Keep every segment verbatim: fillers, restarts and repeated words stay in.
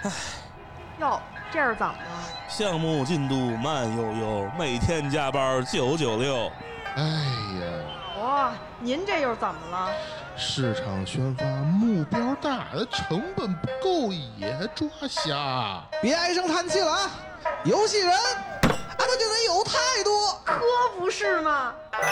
唉， 哟，这是怎么了？ 项目进度慢悠悠，每天加班九九六。 哎呀， 哇，您这又怎么了？ 市场宣发目标大，成本不够也抓瞎。 别唉声叹气了啊！游戏人啊，他就得有态度， 可不是吗？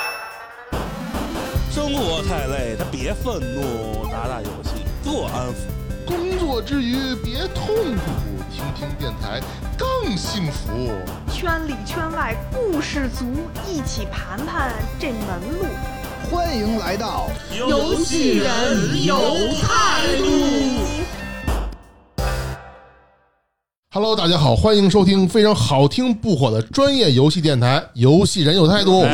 生活太累，他别愤怒，打打游戏多安抚。 工作之余别痛苦，听听电台更幸福。 圈里圈外故事足，一起盘盘这门路。 欢迎来到游戏人有态度。 Hello， 大家好，欢迎收听非常好听不火的专业游戏电台《游戏人有态度》。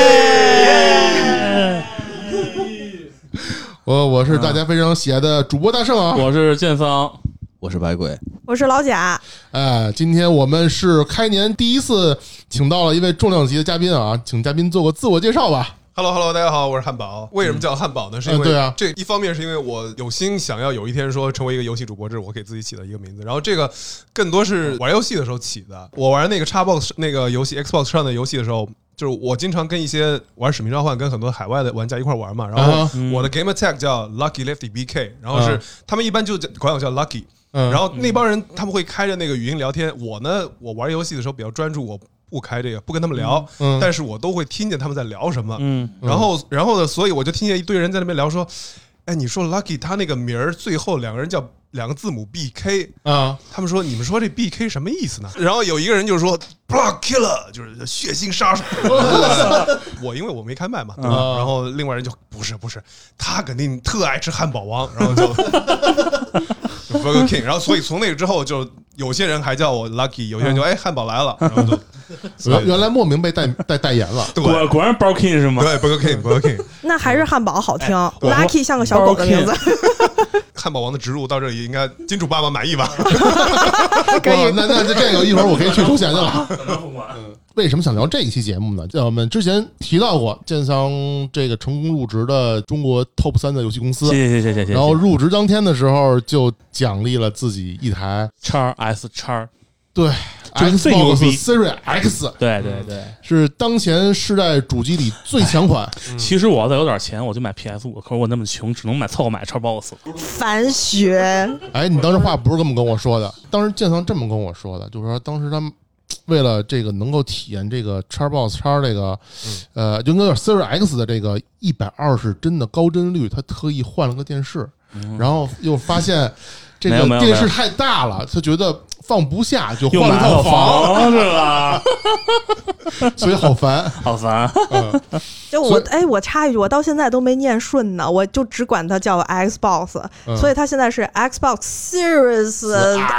我我是大家非常喜爱的主播大圣啊， 我是建桑， 我是白鬼， 我是老贾。 哎，今天我们是开年第一次请到了一位重量级的嘉宾啊，请嘉宾做个自我介绍吧。 Hello Hello， 大家好，我是汉堡。为什么叫汉堡呢？是因为、 嗯、对啊， 这一方面是因为我有心想要有一天说成为一个游戏主播，这是我给自己起的一个名字。然后这个更多是玩游戏的时候起的。我玩那个 Xbox 那个游戏 Xbox 上的游戏的时候，就是我经常跟一些玩使命召唤跟很多海外的玩家一块玩嘛。然后我的 Gamer Tag 叫 Lucky Lefty B K， 然后是、嗯、他们一般就管我叫 Lucky。然后那帮人他们会开着那个语音聊天，我呢我玩游戏的时候比较专注，我不开这个，不跟他们聊，嗯、但是我都会听见他们在聊什么。嗯，然后，然后呢，所以我就听见一堆人在那边聊说，哎，你说 Lucky 他那个名儿最后两个人叫两个字母 B K 啊，他们说你们说这 B K 什么意思呢？然后有一个人就说 Blood Killer 就是血腥杀手。我因为我没开麦嘛，对吧？啊、然后另外人就不是不是，他肯定特爱吃汉堡王，然后就。Burger King， 然后所以从那个之后，就有些人还叫我 Lucky， 有些人就哎汉堡来了，然后就原原来莫名被代代代言了， 果果然 Burger King 是吗？ 对 Burger King Burger King， 那还是汉堡好听、哎、，Lucky 像个小狗的名字。 汉堡王的植入到这里应该金主爸爸满意吧？ 可以， 那那这个一会儿我可以去收钱去了。嗯，为什么想聊这一期节目呢？我们之前提到过建桑这个成功入职的中国 Top 三的游戏公司， 谢谢谢谢谢谢。 然后入职当天的时候就奖励了自己一台 X S X， 对。Xbox Series X， 对对对， 是当前世代主机里最强款。 嗯、其实我要再有点钱，我就买 P S 五，可是我那么穷，只能买凑合买 Xbox。 反学！哎， 你当时话不是这么跟我说的，当时建桑这么跟我说的，就是说当时他们为了这个能够体验这个 Xbox X 这个，嗯、呃，就应该有 Series X 的这个一百二十帧的高帧率，他特意换了个电视，嗯、然后又发现这个电视太大了，他觉得。放不下就换了套房， 是吧？ 所以好烦， 好烦。 嗯、 就我哎，我插一句，我到现在都没念顺呢，我就只管它叫 Xbox，、嗯、所以它现在是 Xbox Series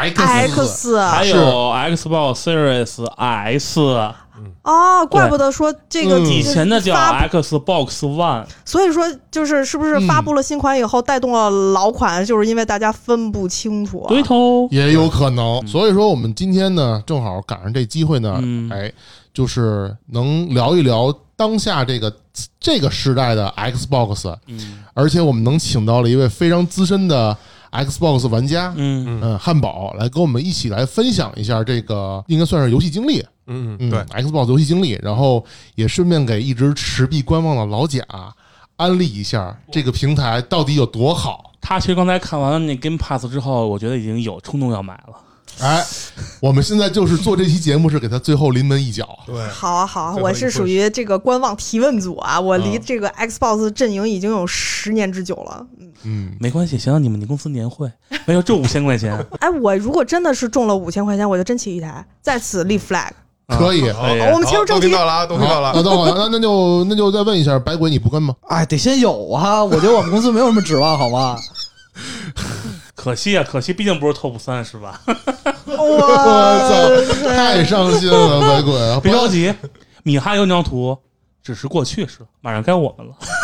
X， 还有 Xbox Series S。 哦，怪不得说这个、 嗯、以前的叫 Xbox One， 所以说就是是不是发布了新款以后带动了老款，就是因为大家分不清楚、啊， 对头， 也有可能。嗯、所以说我们今天呢，正好赶上这机会呢，嗯、哎，就是能聊一聊当下这个这个时代的 Xbox， 嗯，而且我们能请到了一位非常资深的 Xbox 玩家，嗯嗯，汉堡来跟我们一起来分享一下这个应该算是游戏经历。 嗯嗯，对 ，Xbox 游戏经历，然后也顺便给一直持币观望的老贾安利一下这个平台到底有多好。 他其实刚才看完那 Game Pass 之后，我觉得已经有冲动要买了。 哎，我们现在就是做这期节目，是给他最后临门一脚。 对， 好啊好啊，我是属于这个观望提问组啊，我离这个 Xbox 阵营已经有十年之久了。 嗯，没关系，想想你们你公司年会没有，就五千块钱。 哎，我如果真的是中了五千块钱，我就真起一台，在此立 flag。 可以， 好， 我们切入正题。 都听到了，都听到了。 那等会儿，那那就那就再问一下，白鬼你不跟吗？ 哎，得先有啊！我觉得我们公司没有什么指望，好吗？ 可惜啊，可惜，毕竟不是 Top 三，是吧？ 我操，太伤心了，白鬼！ 别着急，米哈游那张图只是过去式，马上该我们了。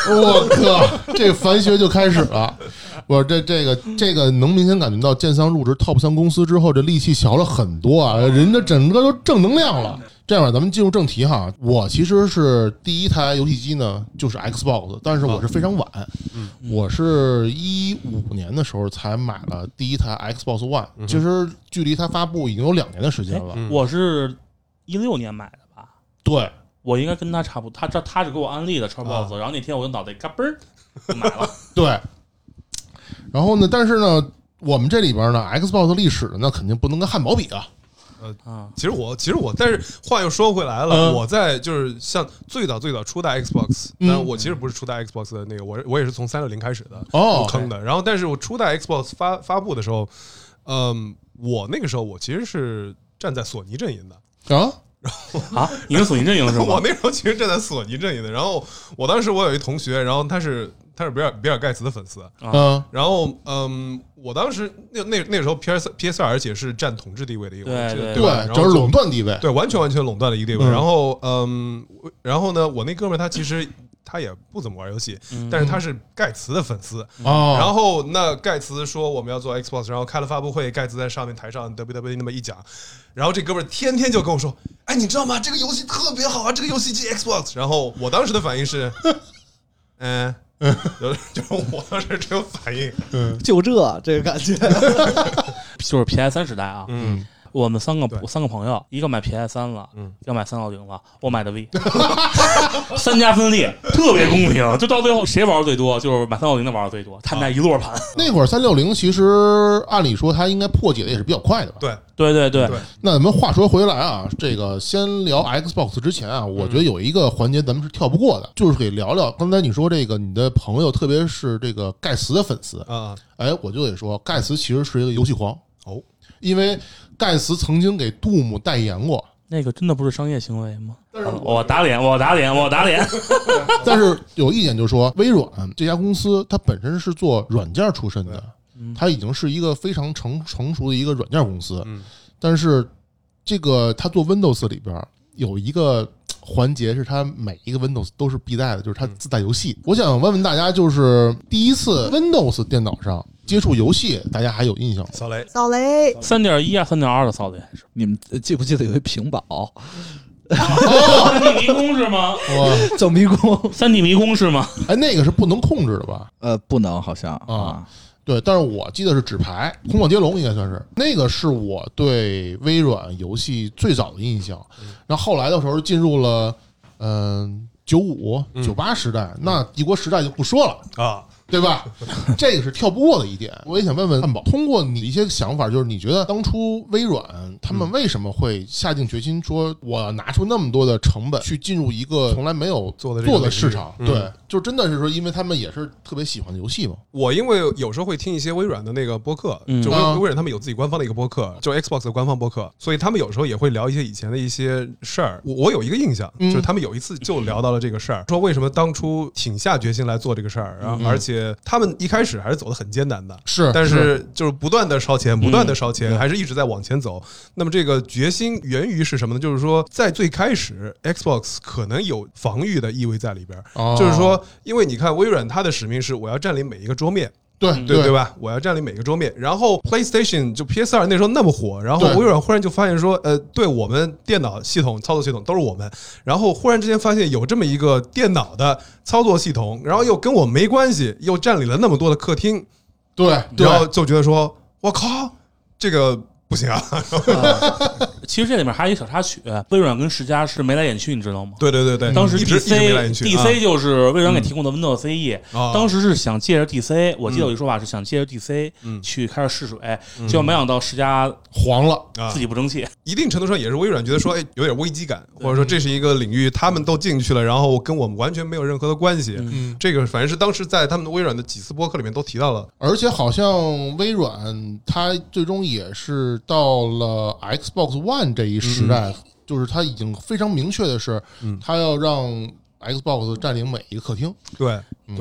我靠，这凡学就开始了。我这这个这个能明显感觉到，建桑入职 Top 三公司之后，这戾气小了很多啊，人家整个都正能量了。这样，咱们进入正题哈。我其实是第一台游戏机呢，就是 Xbox， 但是我是非常晚，嗯，我是一五年的时候才买了第一台 Xbox One，嗯，其实距离它发布已经有两年的时间了。 我是一六年买的吧？ 对， 我应该跟他差不多。他这他是给我安利的 Xbox，啊，然后那天我就脑袋嘎嘣儿就买了。 对，然后呢，但是呢，我们这里边呢 ，Xbox 历史呢，肯定不能跟汉堡比啊。 呃，其实我，其实我，但是话又说回来了，嗯，我在就是像最早最早初代 Xbox，但是我其实不是初代 Xbox 的那个，我我也是从三六零开始的入坑的。然后，但是我初代 Xbox 发发布的时候，嗯，我那个时候我其实是站在索尼阵营的啊。 然后啊，你是索尼阵营是吗？ 我那时候其实站在索尼阵营的。然后我当时我有一同学，然后他是他是比尔比尔盖茨的粉丝， 嗯， 然后嗯，我当时那那那个时候 P S P S 二而且是占统治地位的一个， 对对对，就是垄断地位， 对，完全完全垄断的一个地位。 嗯， 然后嗯，然后呢，我那哥们儿他其实。他也不怎么玩游戏，但是他是盖茨的粉丝。 哦， 然后那盖茨说我们要做 Xbox， 然后开了发布会，盖茨在上面台上 W W E 那么一讲，然后这哥们儿天天就跟我说：“哎，你知道吗？这个游戏特别好啊，这个游戏机 Xbox。”然后我当时的反应是，嗯，就是就是我当时这个反应， 嗯，就这这个感觉， 就是 P S 三时代啊， 嗯。 我们三个三个朋友，一个买 P S 三了，嗯，要买三六零了，我买的 V， 三家分裂，特别公平。就到最后谁玩的最多，就是买三六零的玩的最多，他们家一摞盘。 那会儿三六零其实按理说它应该破解的也是比较快的吧？ 对对对对。 那咱们话说回来啊，这个先聊 Xbox 之前啊，我觉得有一个环节咱们是跳不过的，就是给聊聊刚才你说这个你的朋友，特别是这个盖茨的粉丝啊，哎，我就得说盖茨其实是一个游戏狂哦，因为。盖茨曾经给杜姆代言过， 那个真的不是商业行为吗？我打脸，我打脸，我打脸。 但是有一点就是说，微软这家公司它本身是做软件出身的，它已经是一个非常成成熟的一个软件公司。但是这个它做 Windows 里边有一个环节是它每一个 Windows 都是必带的，就是它自带游戏。我想问问大家，就是第一次 Windows 电脑上接触游戏，大家还有印象吗？ 扫雷， 扫雷， 三点一啊，三点二的扫雷还是？ 你们记不记得有一屏保？ 三 D 迷宫是吗？ 走迷宫， 三 D 迷宫是吗？ 哎，那个是不能控制的吧？ 呃，不能，好像啊。对，但是我记得是纸牌，空旷接龙应该算是那个，是我对微软游戏最早的印象。然后后来的时候进入了嗯九五、九八时代，那帝国时代就不说了啊。对吧？这个是跳不过的一点。我也想问问汉堡，通过你一些想法，就是你觉得当初微软他们为什么会下定决心说，我拿出那么多的成本去进入一个从来没有做的做的市场？对，就真的是说，因为他们也是特别喜欢的游戏嘛。 我因为有时候会听一些微软的那个播客，就微微软他们有自己官方的一个播客，就 Xbox 的官方播客，所以他们有时候也会聊一些以前的一些事儿。我我有一个印象，就是他们有一次就聊到了这个事儿，说为什么当初挺下决心来做这个事儿，然后而且。他们一开始还是走得很艰难的， 是， 但是就是不断的烧钱，不断的烧钱，还是一直在往前走。那么这个决心源于是什么呢？就是说，在最开始 ，Xbox 可能有防御的意味在里边，就是说，因为你看微软它的使命是我要占领每一个桌面。 对对对吧？我要占领每个桌面。然后 PlayStation 就 P S 二那时候那么火，然后微软忽然就发现说，呃，对我们电脑系统、操作系统都是我们，然后忽然之间发现有这么一个电脑的操作系统，然后又跟我没关系，又占领了那么多的客厅， 对， 然后就觉得说，我靠，这个。不行啊！ 其实这里面还有一小插曲，微软跟世嘉是眉来眼去，你知道吗？ 对对对对， 当时 D C D C 就是微软给提供的 Windows C E，、 嗯、 当时是想借着 D C， 我记得有一说法是想借着 D C 去开始试水，嗯、结果没想到世嘉黄了， 自己不争气。 一定程度上也是微软觉得说，哎，有点危机感，或者说这是一个领域，他们都进去了，然后跟我们完全没有任何的关系。嗯，这个反正是当时在他们的微软的几次播客里面都提到了， 而且好像微软它最终也是。到了 Xbox One 这一时代，嗯、就是它已经非常明确的是，嗯、它要让 Xbox 占领每一个客厅。 对、嗯、对，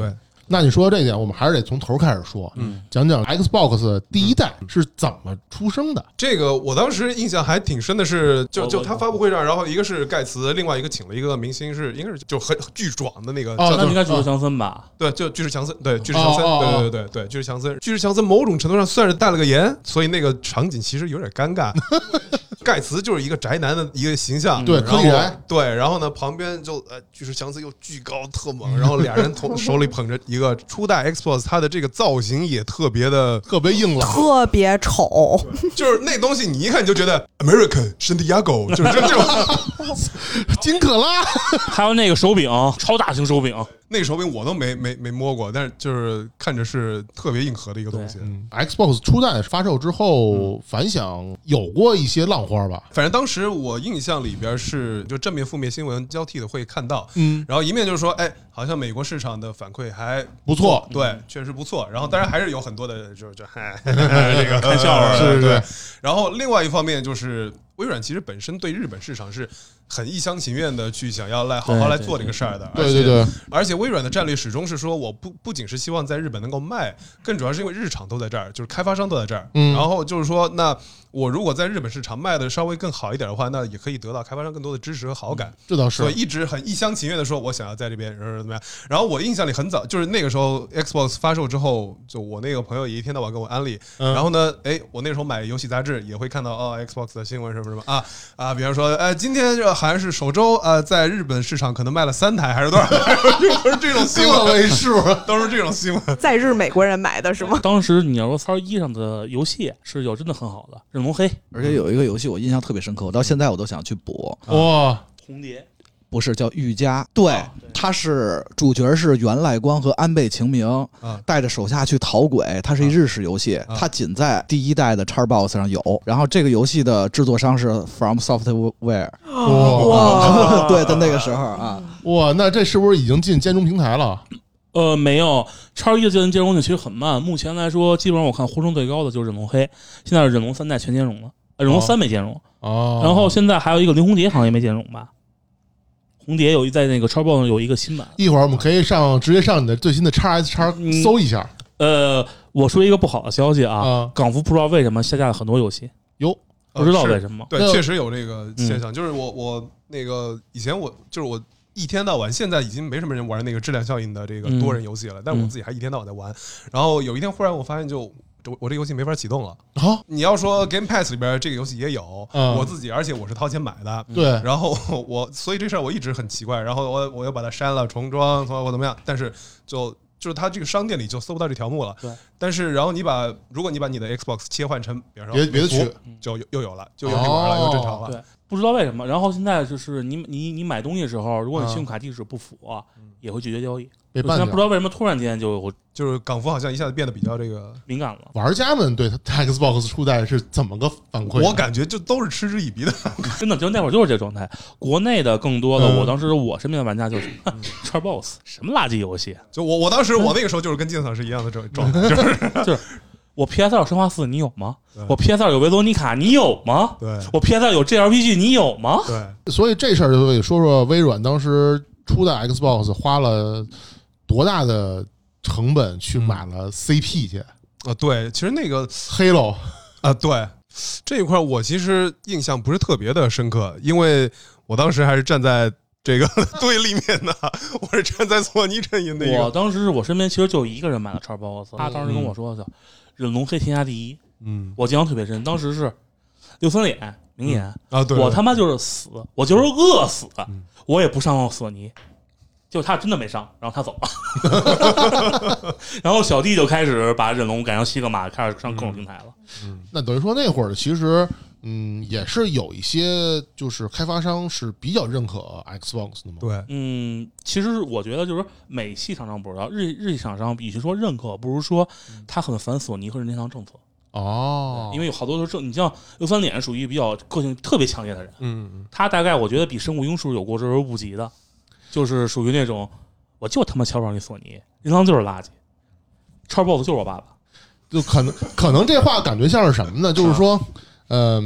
那你说这点，我们还是得从头开始说，嗯，讲讲 Xbox 第一代是怎么出生的。 这个我当时印象还挺深的是，就就他发布会上，然后一个是盖茨，另外一个请了一个明星，是应该是就很巨壮的那个， 哦，那应该巨石强森吧？ 对，就巨石强森，对，巨石强森，对对对对对，巨石强森，巨石强森某种程度上算是带了个颜，所以那个场景其实有点尴尬。盖茨就是一个宅男的一个形象， 对，可以宅， 对，然后呢，旁边就呃巨石强森又巨高特猛，然后俩人同手里捧着一个初代 Xbox， 它的这个造型也特别的特别硬朗， 特别丑， 就是那东西你一看你就觉得 American 圣地亚哥，就是这种金可拉， 还有那个手柄，超大型手柄。 那个手柄我都没没没摸过，但是就是看着是特别硬核的一个东西。 嗯、Xbox 初代发售之后、嗯、反响有过一些浪花吧？ 反正当时我印象里边是就正面负面新闻交替的会看到， 嗯， 然后一面就是说，哎，好像美国市场的反馈还不错， 对，嗯、确实不错。然后当然还是有很多的就是就嗨这个看笑话， 是对。然后另外一方面就是微软其实本身对日本市场是很一厢情愿的去想要来好好来做这个事儿的， 对对对， 而且微软的战略始终是说，我不不仅是希望在日本能够卖，更主要是因为日厂都在这儿，就是开发商都在这儿， 嗯， 然后就是说，那我如果在日本市场卖的稍微更好一点的话，那也可以得到开发商更多的支持和好感， 嗯、这倒是， 所以一直很一厢情愿的说，我想要在这边怎么样。然后我印象里很早，就是那个时候 Xbox 发售之后，就我那个朋友也一天到晚跟我安利， 嗯、 然后呢，哎，我那时候买游戏杂志也会看到哦 Xbox 的新闻什么什么啊啊，比方说，呃，今天这好像是首周呃，在日本市场可能卖了三台还是多少台，都是这种新闻为数， 都是这种新闻。 在日美国人买的是吗？ 当时你要说三十一上的游戏是有真的很好的，忍龙黑， 而且有一个游戏我印象特别深刻，我到现在我都想去补。 哇， 红蝶。 不是叫御家，对，哦、对他是主角是源赖光和安倍晴明， 啊、 带着手下去讨鬼。它是一日式游戏， 啊、 它仅在第一代的 Xbox 上有。然后这个游戏的制作商是 From Software， 哇， 对，在那个时候啊， 哇，那这是不是已经进兼容平台了？ 呃，没有，叉一的进兼容性其实很慢。目前来说，基本上我看呼声最高的就是忍龙黑，现在是忍龙三代全兼容了，忍龙三没兼容。 哦， 然后现在还有一个灵红蝶，好像也没兼容吧？红蝶有一在那个 Xbox 上有一个新版， 一会儿我们可以上直接上你的最新的 X S X 搜一下。 嗯、呃，我说一个不好的消息啊， 嗯、 港服不知道为什么下架了很多游戏， 哟， 不知道为什么。 对，确实有这个现象，嗯、就是我我那个以前我就是我一天到晚，现在已经没什么人玩那个质量效应的这个多人游戏了，嗯、但是我自己还一天到晚在玩。然后有一天忽然我发现就。我这游戏没法启动了啊！ 你要说 Game Pass 里边这个游戏也有， 嗯、 我自己，而且我是掏钱买的， 对。 然后我，所以这事儿我一直很奇怪。然后我我又把它删了，重装，我怎么样？但是就就是它这个商店里就搜不到这条目了。 对。 但是然后你把，如果你把你的 Xbox 切换成，比方说别别的区， 就又有了，就又可以玩了，又正常了。 对。不知道为什么。然后现在就是你你你买东西的时候，如果你信用卡地址不符，嗯、也会拒绝交易。 现在不知道为什么突然间就就是港服好像一下子变得比较这个敏感了。 玩家们对 Xbox 初代是怎么个反馈？ 我感觉就都是嗤之以鼻的， 真的就那会儿就是这个状态。国内的更多的，嗯、我当时我身边的玩家就是 Xbox 什么垃圾游戏。 就我我当时我那个时候就是跟金嗓是一样的状态，就是就是我 P S 二 生化四你有吗？我 P S 二 有维罗妮卡你有吗？ 对， 我 P S 二 有 J R P G 你有吗？ 对， 所以这事儿就得说说微软当时初代 Xbox 花了多大的成本去买了 C P 去啊？对，其实那个 Halo 啊，对这一块我其实印象不是特别的深刻，因为我当时还是站在这个对立面的，我是站在索尼阵营的一个。 我当时我身边其实就一个人买了 Xbox， 他当时跟我说的叫忍龙黑天下第一。 嗯， 我印象特别深，当时是六三脸明言、 嗯、啊，对， 我他妈就是死，我就是饿死，嗯、我也不上索尼。就他真的没上，然后他走了，然后小弟就开始把忍龙改成西格玛，开始上各种平台了。 嗯，那等于说那会儿其实，嗯，也是有一些就是开发商是比较认可 Xbox 的嘛。 对， 嗯，其实我觉得就是美系厂商不知道，日日系厂商与其说认可，不如说他很反索尼和任天堂政策。 哦， 因为有好多都是你像六三脸属于比较个性特别强烈的人， 嗯， 他大概我觉得比生物英树有过之而无及的。就是属于那种，我就他妈瞧不上你索尼，任天堂就是垃圾 ，Xbox 就是我爸爸， 就可能可能这话感觉像是什么呢？就是说，嗯、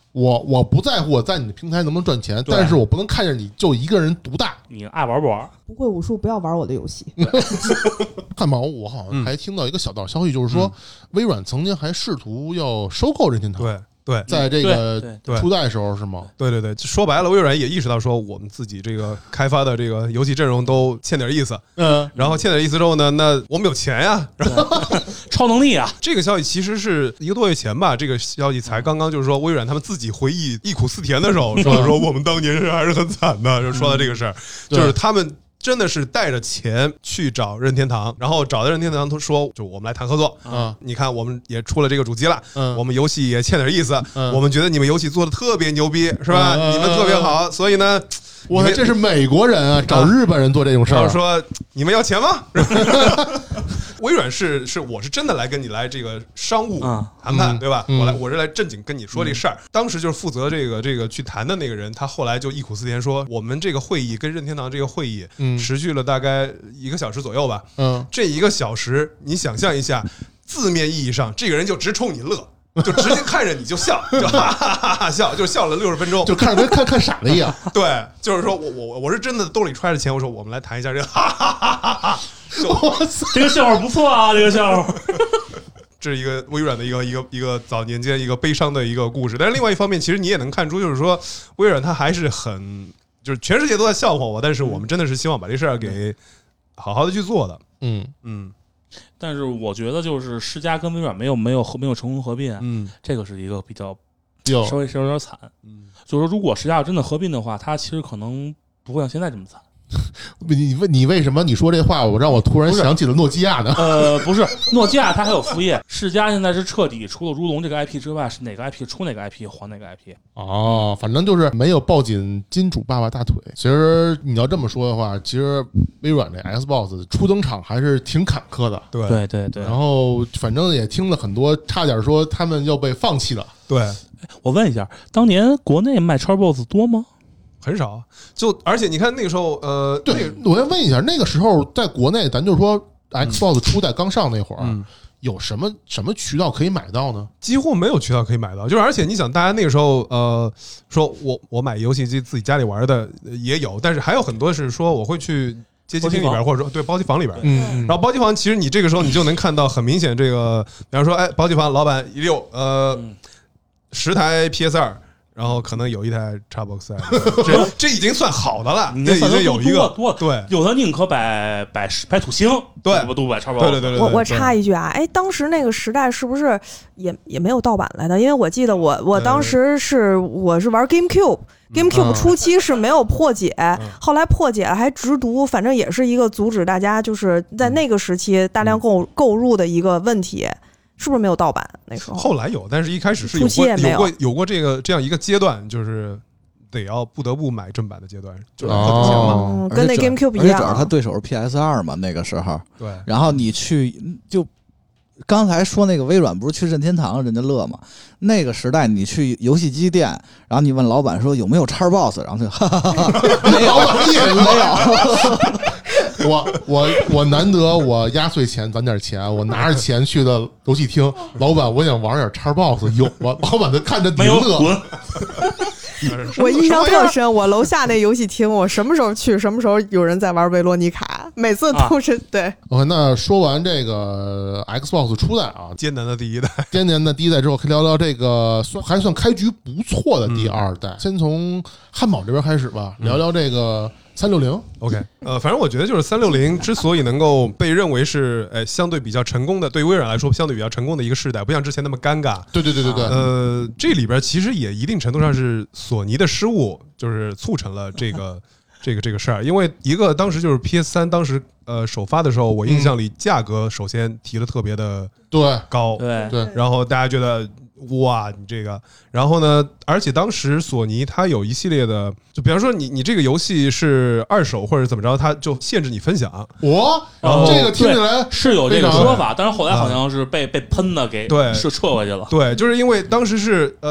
我我不在乎我在你的平台能不能赚钱，但是我不能看着你就一个人独大。 你爱玩不玩？ 不会武术不要玩我的游戏。 汉堡，我好像还听到一个小道消息，就是说、嗯、微软曾经还试图要收购任天堂。 对。对， 在这个初代时候是吗？ 对对对，说白了，微软也意识到说我们自己这个开发的这个游戏阵容都欠点意思，嗯，然后欠点意思之后呢，那我们有钱呀， 超能力啊！ 这个消息其实是一个多月前吧，这个消息才刚刚就是说微软他们自己回忆忆苦思甜的时候说的，说我们当年是还是很惨的，就说到这个事儿，就是他们。真的是带着钱去找任天堂，然后找的任天堂，他说：“就我们来谈合作。嗯，你看，我们也出了这个主机了，嗯，我们游戏也欠点意思，嗯，我们觉得你们游戏做的特别牛逼，是吧？嗯、你们特别好，所以呢， 我这是美国人啊，找日本人做这种事儿， 说你们要钱吗？”微软是是我是真的来跟你来这个商务谈判，嗯、对吧？嗯、我来我是来正经跟你说这事儿。嗯、当时就是负责这个这个去谈的那个人，他后来就忆苦思甜说，我们这个会议跟任天堂这个会议，嗯，持续了大概一个小时左右吧。嗯，这一个小时，你想象一下，字面意义上，这个人就直冲你乐。就直接看着你就笑，就哈哈哈哈笑，就笑了六十分钟， 就看着跟看看傻了一样。 对，就是说我我我是真的兜里揣着钱，我说我们来谈一下这个，哈哈哈哈哈。 这个笑话不错啊，这个笑话。 这是一个微软的一个一个一个早年间一个悲伤的一个故事，但是另外一方面，其实你也能看出，就是说微软它还是很，就是全世界都在笑话我，但是我们真的是希望把这事儿给好好的去做的。嗯嗯。 但是我觉得，就是世嘉跟微软没有没有没有成功合并，嗯，这个是一个比较稍微稍微有点惨，嗯，就是说如果世嘉要真的合并的话，它其实可能不会像现在这么惨。 你问你为什么你说这话，我让我突然想起了诺基亚呢？ 呃，不是，诺基亚它还有副业，世嘉现在是彻底除了如龙这个 I P 之外，是哪个 I P 出哪个 I P 还哪个 I P。 哦，反正就是没有抱紧金主爸爸大腿。其实你要这么说的话，其实微软这 Xbox 初登场还是挺坎坷的。 对对对对。 然后反正也听了很多，差点说他们要被放弃了。 对， 我问一下，当年国内卖 Xbox 多吗？ 很少，就而且你看那个时候，呃， 对，那个、我要问一下，那个时候在国内，咱就说 Xbox 初代刚上那会儿，嗯、有什么什么渠道可以买到呢？ 几乎没有渠道可以买到，就是而且你想，大家那个时候，呃，说我我买游戏机自己家里玩的也有，但是还有很多是说我会去街机厅里边，或者说对包机房里边，嗯，然后包机房其实你这个时候你就能看到很明显，这个比方说，哎，包机房老板一溜，呃，十台 P S 二。然后可能有一台 Xbox， 这这已经算好的了，这已经有一个多对， 有的宁可摆摆摆土星， 对， 不都摆 Xbox。 对对对对。 我我插一句啊，哎，当时那个时代是不是也也没有盗版来的？因为我记得我我当时是我是玩 GameCube。GameCube 初期是没有破解，后来破解了还直读，反正也是一个阻止大家就是在那个时期大量购购入的一个问题。是不是没有盗版那时候？ 后来有，但是一开始是有过有过有过这个这样一个阶段，就是得要不得不买正版的阶段，就是花钱嘛、 哦，跟那 GameCube 一样。 而且主要他对手是 P S 二 嘛，那个时候。 对。 然后你去就刚才说那个微软不是去任天堂人家乐嘛？那个时代你去游戏机店，然后你问老板说有没有 Xbox， 然后就哈哈哈哈没有没有。 我我我难得我压岁钱攒点钱，我拿着钱去的游戏厅，老板我想玩点 Xbox， 有吗？老板就看着你乐。 我印象特深，我楼下那游戏厅，我什么时候去，什么时候有人在玩维罗妮卡，每次都是、啊、对。 OK， 那说完这个 Xbox 初代啊， 艰难的第一代， 艰难的第一代之后，可以聊聊这个算还算开局不错的第二代。嗯、先从汉堡这边开始吧，聊聊这个。三六零 ，OK， 呃，反正我觉得就是三六零之所以能够被认为是，哎，相对比较成功的，对微软来说相对比较成功的一个世代，不像之前那么尴尬。 对对对对对。 呃，这里边其实也一定程度上是索尼的失误，就是促成了这个这个这个事儿。因为一个当时就是 P S 三，当时呃首发的时候，我印象里价格首先提的特别的对高， 对对， 然后大家觉得。哇，你这个，然后呢？而且当时索尼它有一系列的，就比方说你你这个游戏是二手或者怎么着，它就限制你分享。 我，然后这个听起来是有这个说法，但是后来好像是被被喷的给对是撤回去了。 对，就是因为当时是呃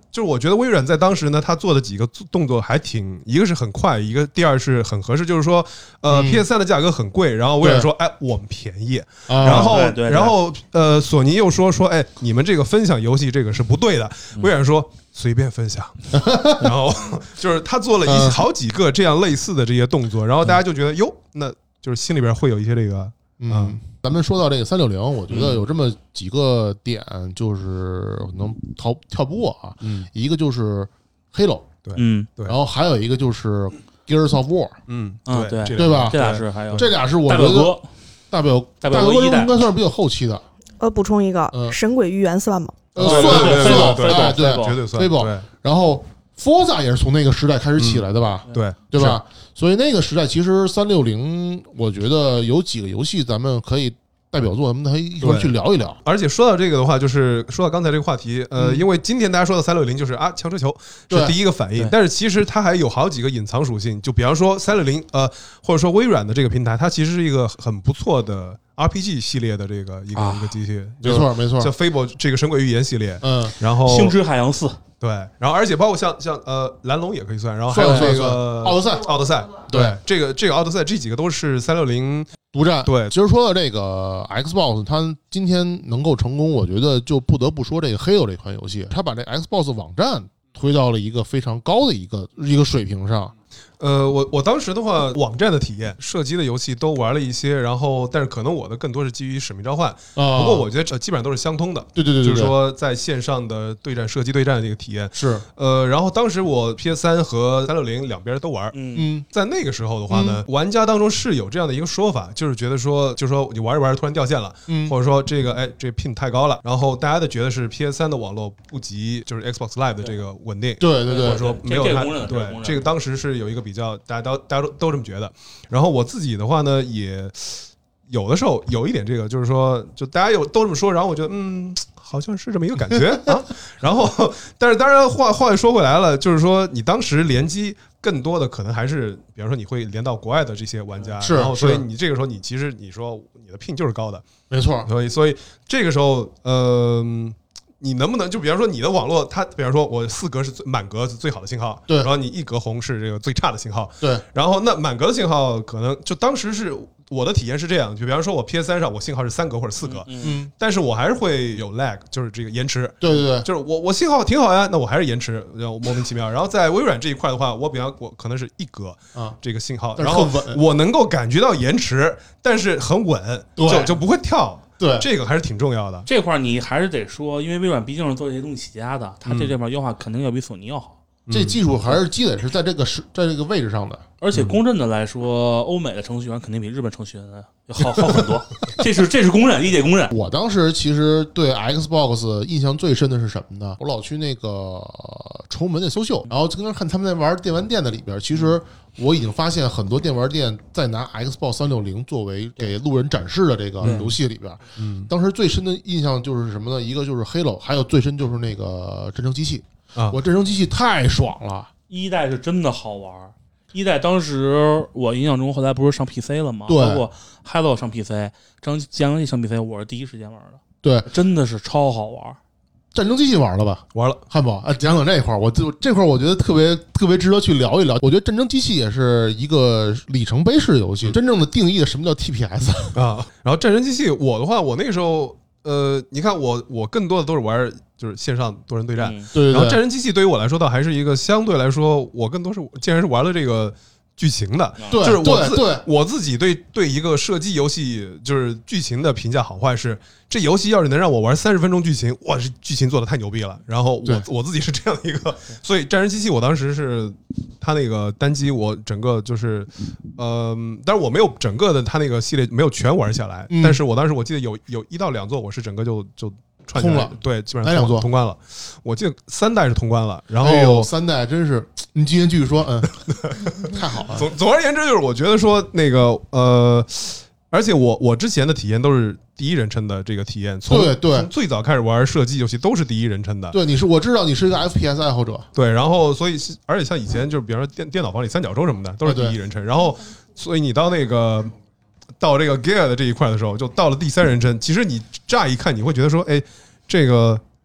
就是我觉得微软在当时呢，他做的几个动作还挺，一个是很快，一个第二是很合适，就是说，呃、嗯、，P S 三 的价格很贵，然后微软说，哎，我们便宜， 啊、 然后对对对然后呃，索尼又说说，哎，你们这个分享游戏这个是不对的，微软说。随便分享，然后就是他做了一好几个这样类似的这些动作，然后大家就觉得哟，那就是心里边会有一些这个， 嗯，咱们说到这个三六零，我觉得有这么几个点，就是能逃跳不过啊， 嗯， 一个就是 Halo， 对， 嗯， 对， 然后还有一个就是 Gears of War， 嗯， 对对， 对吧？ 这俩是还有这俩是我觉得大表大表哥应该算是比较后期的。 呃，补充一个， 嗯神鬼寓言算吗？ 呃，算算对对对，绝对算。 Fable，然后 Forza 也是从那个时代开始起来的吧？ 对对吧？所以那个时代其实三六零，我觉得有几个游戏咱们可以代表作，咱们可以一块去聊一聊。 而且说到这个的话，就是说到刚才这个话题，呃，因为今天大家说到三六零，就是啊，强车球是第一个反应，但是其实它还有好几个隐藏属性，就比方说三六零，呃，或者说微软的这个平台，它其实是一个很不错的。R P G 系列的这个一个、啊、一个机器， 没错没错， 叫 Fable 这个神鬼寓言系列， 嗯， 然后星之海洋四， 对，然后而且包括像像呃蓝龙也可以算，然后还有这个奥德赛， 奥德赛， 对， 对这个这个奥德赛这几个都是三六零独占。 对， 其实说到这个 Xbox， 它今天能够成功，我觉得就不得不说这个 Halo 这款游戏，它把这 Xbox 网站推到了一个非常高的一个一个水平上。 呃，我我当时的话，网站的体验，射击的游戏都玩了一些，然后但是可能我的更多是基于《使命召唤》，不过我觉得这基本上都是相通的。 对对对， 就是说在线上的对战射击对战的这个体验是。 呃，然后当时我 P S 三 和三六零两边都玩， 嗯， 在那个时候的话呢，玩家当中是有这样的一个说法，就是觉得说，就是说你玩着玩着突然掉线了， 嗯， 或者说这个哎这 pin 太高了，然后大家的觉得是 P S 三 的网络不及就是 Xbox Live 的这个稳定， 对对对， 或者说没有它，对这个当时是有一个比较大家都。大家都都这么觉得，然后我自己的话呢，也有的时候有一点这个，就是说，就大家有都这么说，然后我觉得，嗯，好像是这么一个感觉啊。然后，但是当然话话又说回来了，就是说，你当时联机更多的可能还是，比方说你会连到国外的这些玩家， 是， 然后所以你这个时候你其实你说你的 pin 就是高的， 没错。 所以所以这个时候，嗯、呃。你能不能就比方说你的网络，它比方说我四格是最满格是最好的信号， 对， 然后你一格红是这个最差的信号， 对， 然后那满格的信号可能就当时是我的体验是这样，就比方说我 P S 三 上我信号是三格或者四格， 嗯， 但是我还是会有 lag， 就是这个延迟， 对对对， 就是我我信号挺好呀，那我还是延迟，莫名其妙。然后在微软这一块的话，我比方我可能是一格啊这个信号， 然后我能够感觉到延迟，但是很稳，就就不会跳。 对， 这个还是挺重要的。 这块你还是得说，因为微软毕竟是做这些东西起家的，它这这边优化肯定要比索尼要好。 这技术还是积累是在这个是在这个位置上的。 而且公认的来说，欧美的程序员肯定比日本程序员要好好很多，这是这是公认，理解公认。 我当时其实对 Xbox 印象最深的是什么呢？我老去那个崇文的搜秀，然后跟看他们在玩电玩店的里边，其实我已经发现很多电玩店在拿 Xbox 三六零作为给路人展示的这个游戏里边。嗯，当时最深的印象就是什么呢？一个就是 Halo， 还有最深就是那个战争机器啊！我战争机器太爽了， 一代是真的好玩。一代当时我印象中，后来不是上 P C 了吗？ 对， 包括 Halo 上 P C， 战争机上 P C， 我是第一时间玩的。 对， 真的是超好玩。 战争机器玩了吧？ 玩了， 汉堡啊，讲讲这块儿，我就这块儿我觉得特别特别值得去聊一聊。我觉得战争机器也是一个里程碑式游戏，真正的定义了什么叫 T P S 啊。然后战争机器，我的话，我那个时候，呃，你看我我更多的都是玩就是线上多人对战， 嗯、 对, 对, 对。 然后战争机器对于我来说，倒还是一个相对来说，我更多是竟然是玩了这个。剧情的， 对， 就是我自对我自己对对一个射击游戏就是剧情的评价好坏是，这游戏要是能让我玩三十分钟剧情，哇，这剧情做的太牛逼了。然后我我自己是这样的一个，所以战争机器我当时是他那个单机，我整个就是，呃，但是我没有整个的他那个系列没有全玩下来， 嗯、 但是我当时我记得有有一到两座我是整个就就。串通了， 对，基本上通通关了。我记得三代是通关了，然后、 哎、三代真是，你今天继续说，嗯，太好了。 总总而言之，就是我觉得说那个呃，而且我我之前的体验都是第一人称的这个体验，从对对， 从最早开始玩射击游戏都是第一人称的。 对，你是我知道你是一个 F P S 爱好者， 对，然后所以而且像以前就是比方说电电脑房里三角洲什么的都是第一人称，然后所以你到那个。到这个 Gear 的这一块的时候，就到了第三人称。其实你乍一看，你会觉得说，哎，这个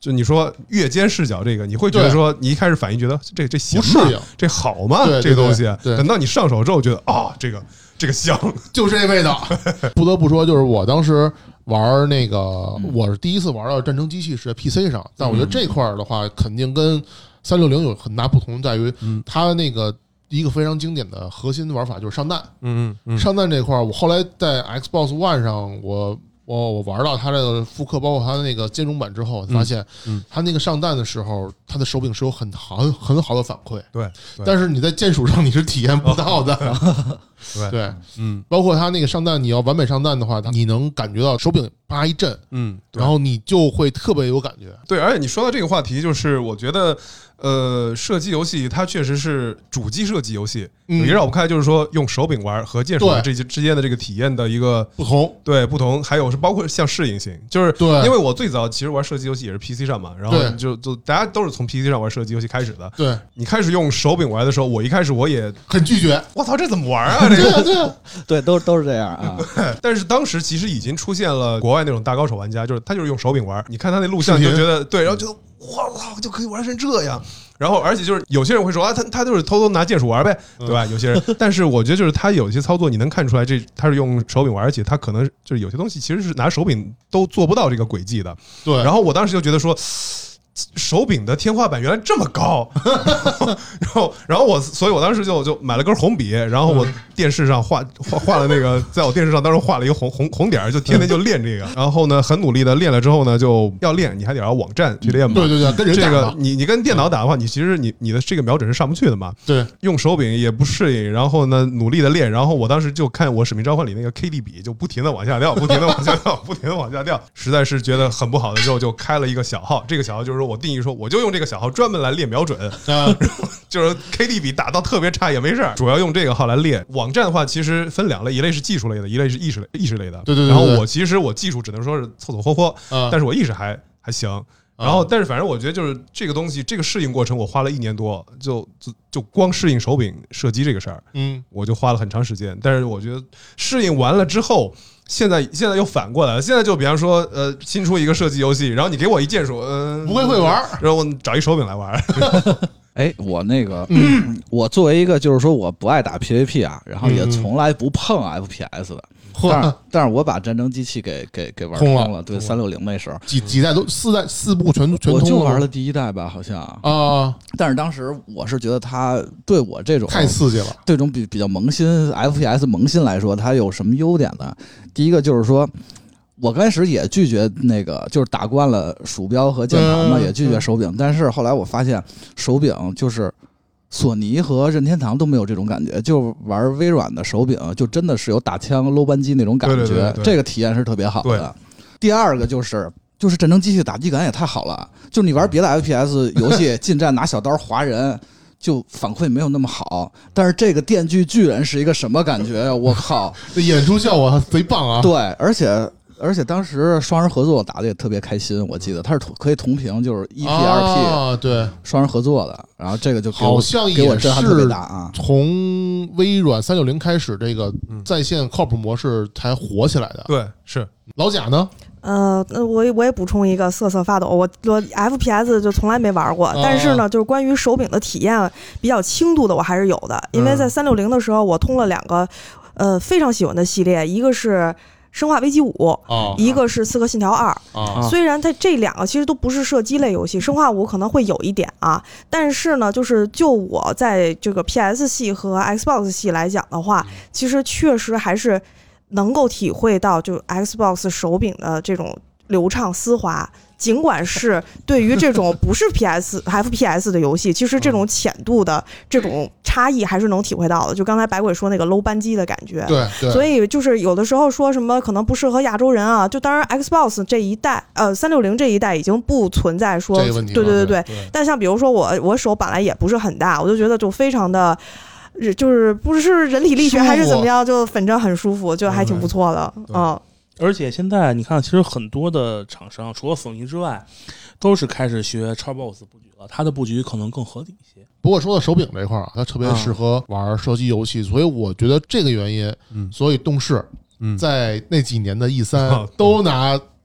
就你说越肩视角这个，你会觉得说你一开始反应觉得这这行吗？这好吗？ 对对对这个东西， 对等到你上手之后，觉得啊、哦，这个这个香， 就是这味道。不得不说，就是我当时玩那个，我是第一次玩到战争机器是在 P C 上，但我觉得这块儿的话，肯定跟三六零有很大不同，在于它那个一个非常经典的核心玩法就是上弹。 嗯嗯， 上弹这块儿，我后来在 Xbox One 上，我。我我玩到它这个复刻，包括它的那个兼容版之后，发现，嗯，它那个上弹的时候，它的手柄是有很好很好的反馈， 对， 但是你在键鼠上你是体验不到的， 对对， 嗯， 包括它那个上弹，你要完美上弹的话，你能感觉到手柄啪一震， 嗯， 然后你就会特别有感觉， 对，而且你说到这个话题，就是我觉得。呃，射击游戏它确实是主机射击游戏，有一个绕不开，就是说用手柄玩和键鼠玩这之间的这个体验的一个不同， 对不同，还有是包括像适应性，就是对， 因为我最早其实玩射击游戏也是 P C 上嘛，然后就就大家都是从 P C 上玩射击游戏开始的， 对， 你开始用手柄玩的时候，我一开始我也很拒绝， 我操，这怎么玩啊？这个对对，都都是这样啊。 但是当时其实已经出现了国外那种大高手玩家，就是他就是用手柄玩，你看他那录像你就觉得对，然后觉得我操就可以玩成这样。然后，而且就是有些人会说啊，他他就是偷偷拿键鼠玩呗，对吧？有些人，但是我觉得就是他有些操作，你能看出来这他是用手柄玩，而且他可能就是有些东西其实是拿手柄都做不到这个轨迹的。 对。 然后我当时就觉得说，手柄的天花板原来这么高，然后，然后我，所以我当时就就买了根红笔，然后我电视上画画画了那个，在我电视上当时画了一个红红红点，就天天就练这个。然后呢，很努力的练了之后呢，就要练，你还得要网站去练嘛。 对对对，跟人这个你你跟电脑打的话，你其实你你的这个瞄准是上不去的嘛。 对， 用手柄也不适应，然后呢，努力的练，然后我当时就看我《使命召唤》里那个 K D 比，就不停的往下掉，不停的往下掉，不停的往下掉，实在是觉得很不好的时候，就开了一个小号。这个小号就是说我定义说，我就用这个小号专门来练瞄准，啊，就是 K D 比打到特别差也没事，主要用这个号来练。网站的话，其实分两类，一类是技术类的，一类是意识类意识类的。 对对对。 然后我其实我技术只能说是凑凑合合， 啊， 但是我意识还还行。然后，但是反正我觉得就是这个东西，这个适应过程我花了一年多，就就就光适应手柄射击这个事儿， 嗯， 我就花了很长时间。但是我觉得适应完了之后，现在现在又反过来了。现在就比方说，呃，新出一个射击游戏，然后你给我一键鼠，嗯、呃， 不会会玩， 然后我找一手柄来玩。 哎，我那个，嗯、我作为一个就是说我不爱打 P V P 啊，然后也从来不碰 F P S 的。但是但是我把战争机器给给给玩通了，对三六零那时候几几代都四代四部全全通了， 我就玩了第一代吧，好像啊。 但是当时我是觉得它对我这种太刺激了， 这种比比较萌新 F P S 萌新来说，它有什么优点呢？第一个就是说，我刚开始也拒绝那个，就是打惯了鼠标和键盘嘛，也拒绝手柄。但是后来我发现手柄就是。索尼和任天堂都没有这种感觉，就玩微软的手柄，就真的是有打枪搂扳机那种感觉， 对对对对， 这个体验是特别好的。第二个就是就是战争机器打击感也太好了，就是你玩别的 F P S 游戏近战拿小刀划人，就反馈没有那么好。但是这个电锯巨人是一个什么感觉呀？我靠， 这演出效果贼棒啊！ 对，而且。而且当时双人合作打的也特别开心，我记得他是可以同屏，就是 一 P 二 P 啊，对， 双人合作的，然后这个就给我好像给我震撼特别大啊！ 从微软三六零开始，这个在线靠谱模式才火起来的。 对，是老贾呢？ 呃，那我我也补充一个瑟瑟发抖，我我 F P S 就从来没玩过，但是呢，就是关于手柄的体验比较轻度的，我还是有的，因为在三六零的时候，我通了两个呃非常喜欢的系列，一个是。生化危机五、 哦， 一个是刺客信条二、 哦。 虽然它这两个其实都不是射击类游戏，生化五可能会有一点啊，但是呢，就是就我在这个 P S 系和 Xbox 系来讲的话，其实确实还是能够体会到就 Xbox 手柄的这种流畅丝滑。尽管是对于这种不是 P S F P S 的游戏，其实这种浅度的这种差异还是能体会到的。就刚才百鬼说那个搂扳机的感觉， 对，对。 所以就是有的时候说什么可能不适合亚洲人啊，就当然 Xbox 这一代，呃，三六零这一代已经不存在说这个问题了， 对对对对。 但像比如说我我手本来也不是很大，我就觉得就非常的。就是不是人体力学还是怎么样，就反正很舒服，就还挺不错的，嗯。 而且现在你看，其实很多的厂商除了索尼之外，都是开始学 Xbox 布局了，它的布局可能更合理一些。 不过说到手柄这块儿，它特别适合玩射击游戏，嗯、所以我觉得这个原因，嗯，所以动视在那几年的 E 三、嗯、都拿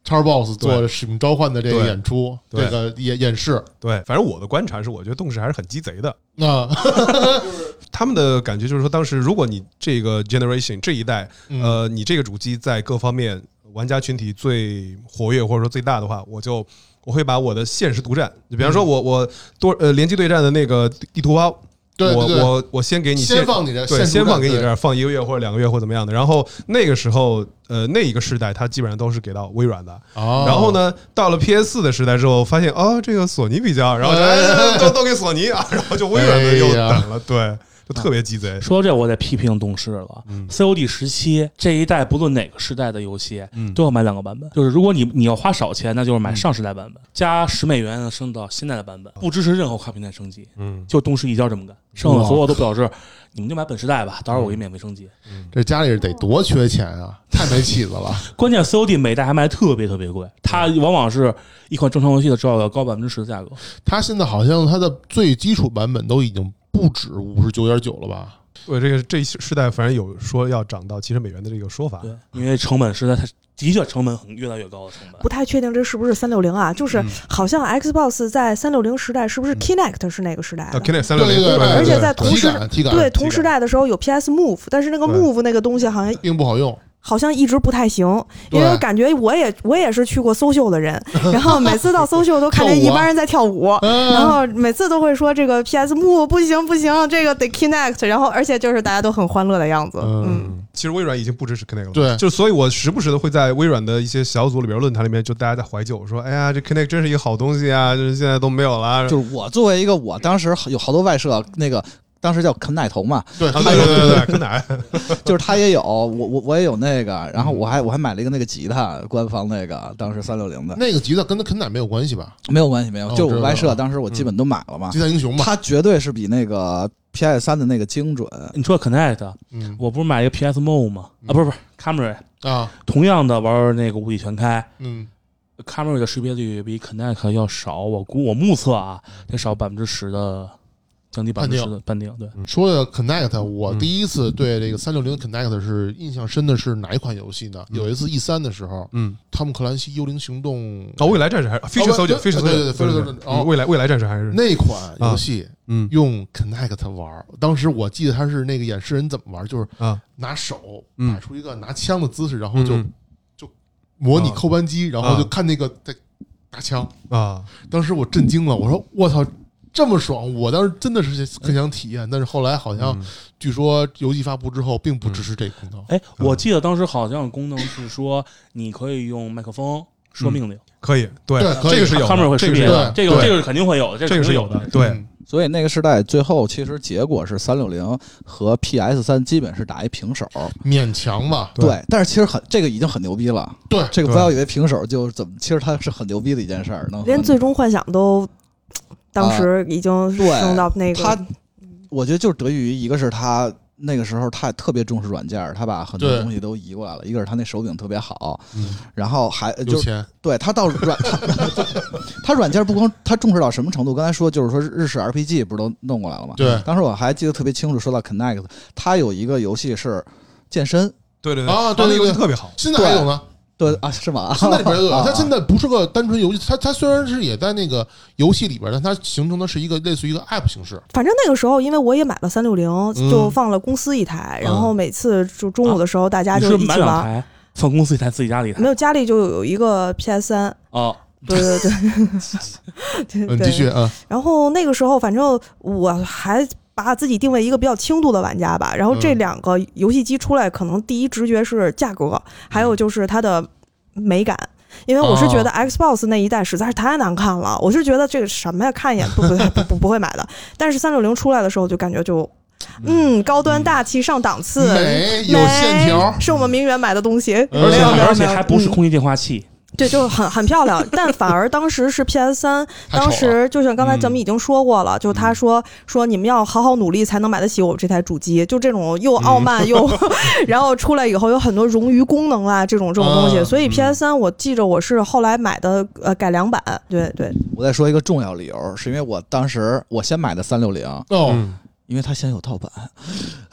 Xbox 做使命召唤的这个演出， 对这个演演示。 对，反正我的观察是，我觉得动视还是很鸡贼的。 那他们的感觉就是说，当时如果你这个 generation 这一代， 嗯呃，你这个主机在各方面玩家群体最活跃或者说最大的话，我就我会把我的现实独占，就比方说我我多呃联机对战的那个地图包。 对对对我我我先给你先放你这， 对，先放给你这儿，放一个月或者两个月或怎么样的。然后那个时候，呃，那一个时代，它基本上都是给到微软的。 哦、 然后呢，到了 P S 四的时代之后，发现哦，这个索尼比较，然后就、哎、都都给索尼啊，然后就微软的又等了，对。就特别鸡贼。 说到这，我得批评动视了。 嗯、 C O D 十七这一代，不论哪个时代的游戏， 嗯、 都要买两个版本。就是如果你你要花少钱，那就是买上时代版本，嗯、加十美元升到现在的版本，不支持任何跨平台升级。嗯，就动视一家这么干，剩下所有都表示你们就买本时代吧，到时候我给你免费升级。 嗯、这家里得多缺钱啊，太没起子了。 关键 C O D 每代还卖特别特别贵，它往往是一款正常游戏的至少要高百分之十的价格。 它现在好像它的最基础版本都已经不止五十九点九了吧？ 对，这个这一时代反正有说要涨到七十美元的这个说法。 对，因为成本实在它的确成本很越来越高的成本。 不太确定这是不是三六零啊？就是好像 Xbox 在三六零时代是不是 Kinect 是那个时代的？ Kinect 三六零， 而且在同时体感对同时代的时候有 P S Move， 但是那个 Move 那个东西好像并不好用。 好像一直不太行，因为感觉我也我也是去过搜秀的人，然后每次到搜秀都看见一帮人在跳舞，然后每次都会说这个 P S Move 不行不行，这个得 Kinect， 然后而且就是大家都很欢乐的样子。嗯， 其实微软已经不支持 Kinect 了， 对， 就所以我时不时的会在微软的一些小组里边、论坛里面，就大家在怀旧，说哎呀，这 Kinect 真是一个好东西啊，就是现在都没有了。 就是我作为一个，我当时有好多外设那个。当时叫肯奶头嘛， 对对对对对，肯奶， 就是他也有，我我我也有那个，然后我还我还买了一个那个吉他，官方那个，当时三六零的那个吉他跟那肯奶没有关系吧？ 没有关系，没有， 哦、 就是我外设，当时我基本都买了嘛。 吉他英雄嘛， 它绝对是比那个 P S 三的那个精准。 你说 Connect，嗯，我不是买一个 P S Move 吗？啊，不是不是 Camry 啊， 同样的玩那个无敌全开， 嗯。 Camry 的识别率比 Connect 要少，我估我目测啊，得少百分之十的。降低百分之十的判定，对。 说的 Connect， 我第一次对这个三六零 Connect 是印象深的是哪一款游戏呢？有一次 E 三的时候，嗯，汤姆克兰西幽灵行动啊，未来战士还是 Future Soldier， 对对对 ，Future Soldier，未来未来战士还是那款游戏，嗯，用 Connect 玩。当时我记得他是那个演示人怎么玩，就是啊，拿手摆出一个拿枪的姿势，然后就就模拟扣扳机，然后就看那个在打枪啊。当时我震惊了，我说我操！这么爽，我当时真的是很想体验，但是后来好像据说游戏发布之后并不支持这个功能。 哎、嗯，我记得当时好像功能是说你可以用麦克风说命令，嗯、 可以，对， 对这个是有的， 他们会识别的，这个这个是肯定会有的， 这个是有的，对。 嗯所以那个时代最后其实结果是三六零和 P S 三基本是打一平手， 勉强吧。 对，对但是其实很这个已经很牛逼了。 对， 这个不要以为平手就怎么，其实它是很牛逼的一件事儿。 连最终幻想都当时已经升到那个， 他、啊、我觉得就是得益于一个是他。那个时候他特别重视软件，他把很多东西都移过来了。一个是他那手柄特别好，嗯、然后还就是对他到软他, 他软件不光他重视到什么程度？刚才说就是说日式 R P G 不是都弄过来了吗？ 对， 当时我还记得特别清楚，说到 Connect， 他有一个游戏是健身， 对对对啊，对对对， 特别好， 现在还有呢。 对啊，是吗？ 现在里边有，它现在不是个单纯游戏，它它虽然是也在那个游戏里边，但它形成的是一个类似于一个 app 形式。 反正那个时候，因为我也买了三六零，就放了公司一台， 嗯、 然后每次就中午的时候，大家就一起玩。 啊、放公司一台，自己家里一台。 没有，家里就有一个 P S 三。 哦。 对对对，对对，继续啊。 然后那个时候，反正我还把自己定位一个比较轻度的玩家吧。然后这两个游戏机出来，可能第一直觉是价格，还有就是它的美感。因为我是觉得 Xbox 那一代实在是太难看了，我是觉得这个什么呀，看一眼不不不不不会买的。但是三六零出来的时候，就感觉就。嗯，高端大气上档次， 美有线条， 是我们名媛买的东西， 而且而且还不是空气电话器。 嗯对，就很很漂亮，但反而当时是 P S 三，当时就像刚才咱们已经说过了，嗯、就他说说你们要好好努力才能买得起我这台主机，就这种又傲慢又，嗯、然后出来以后有很多冗余功能啊，这种这种东西，啊、所以 P S 三我记着我是后来买的呃改良版，对对。 我再说一个重要理由，是因为我当时我先买的三六零， 哦。 因为它先有盗版。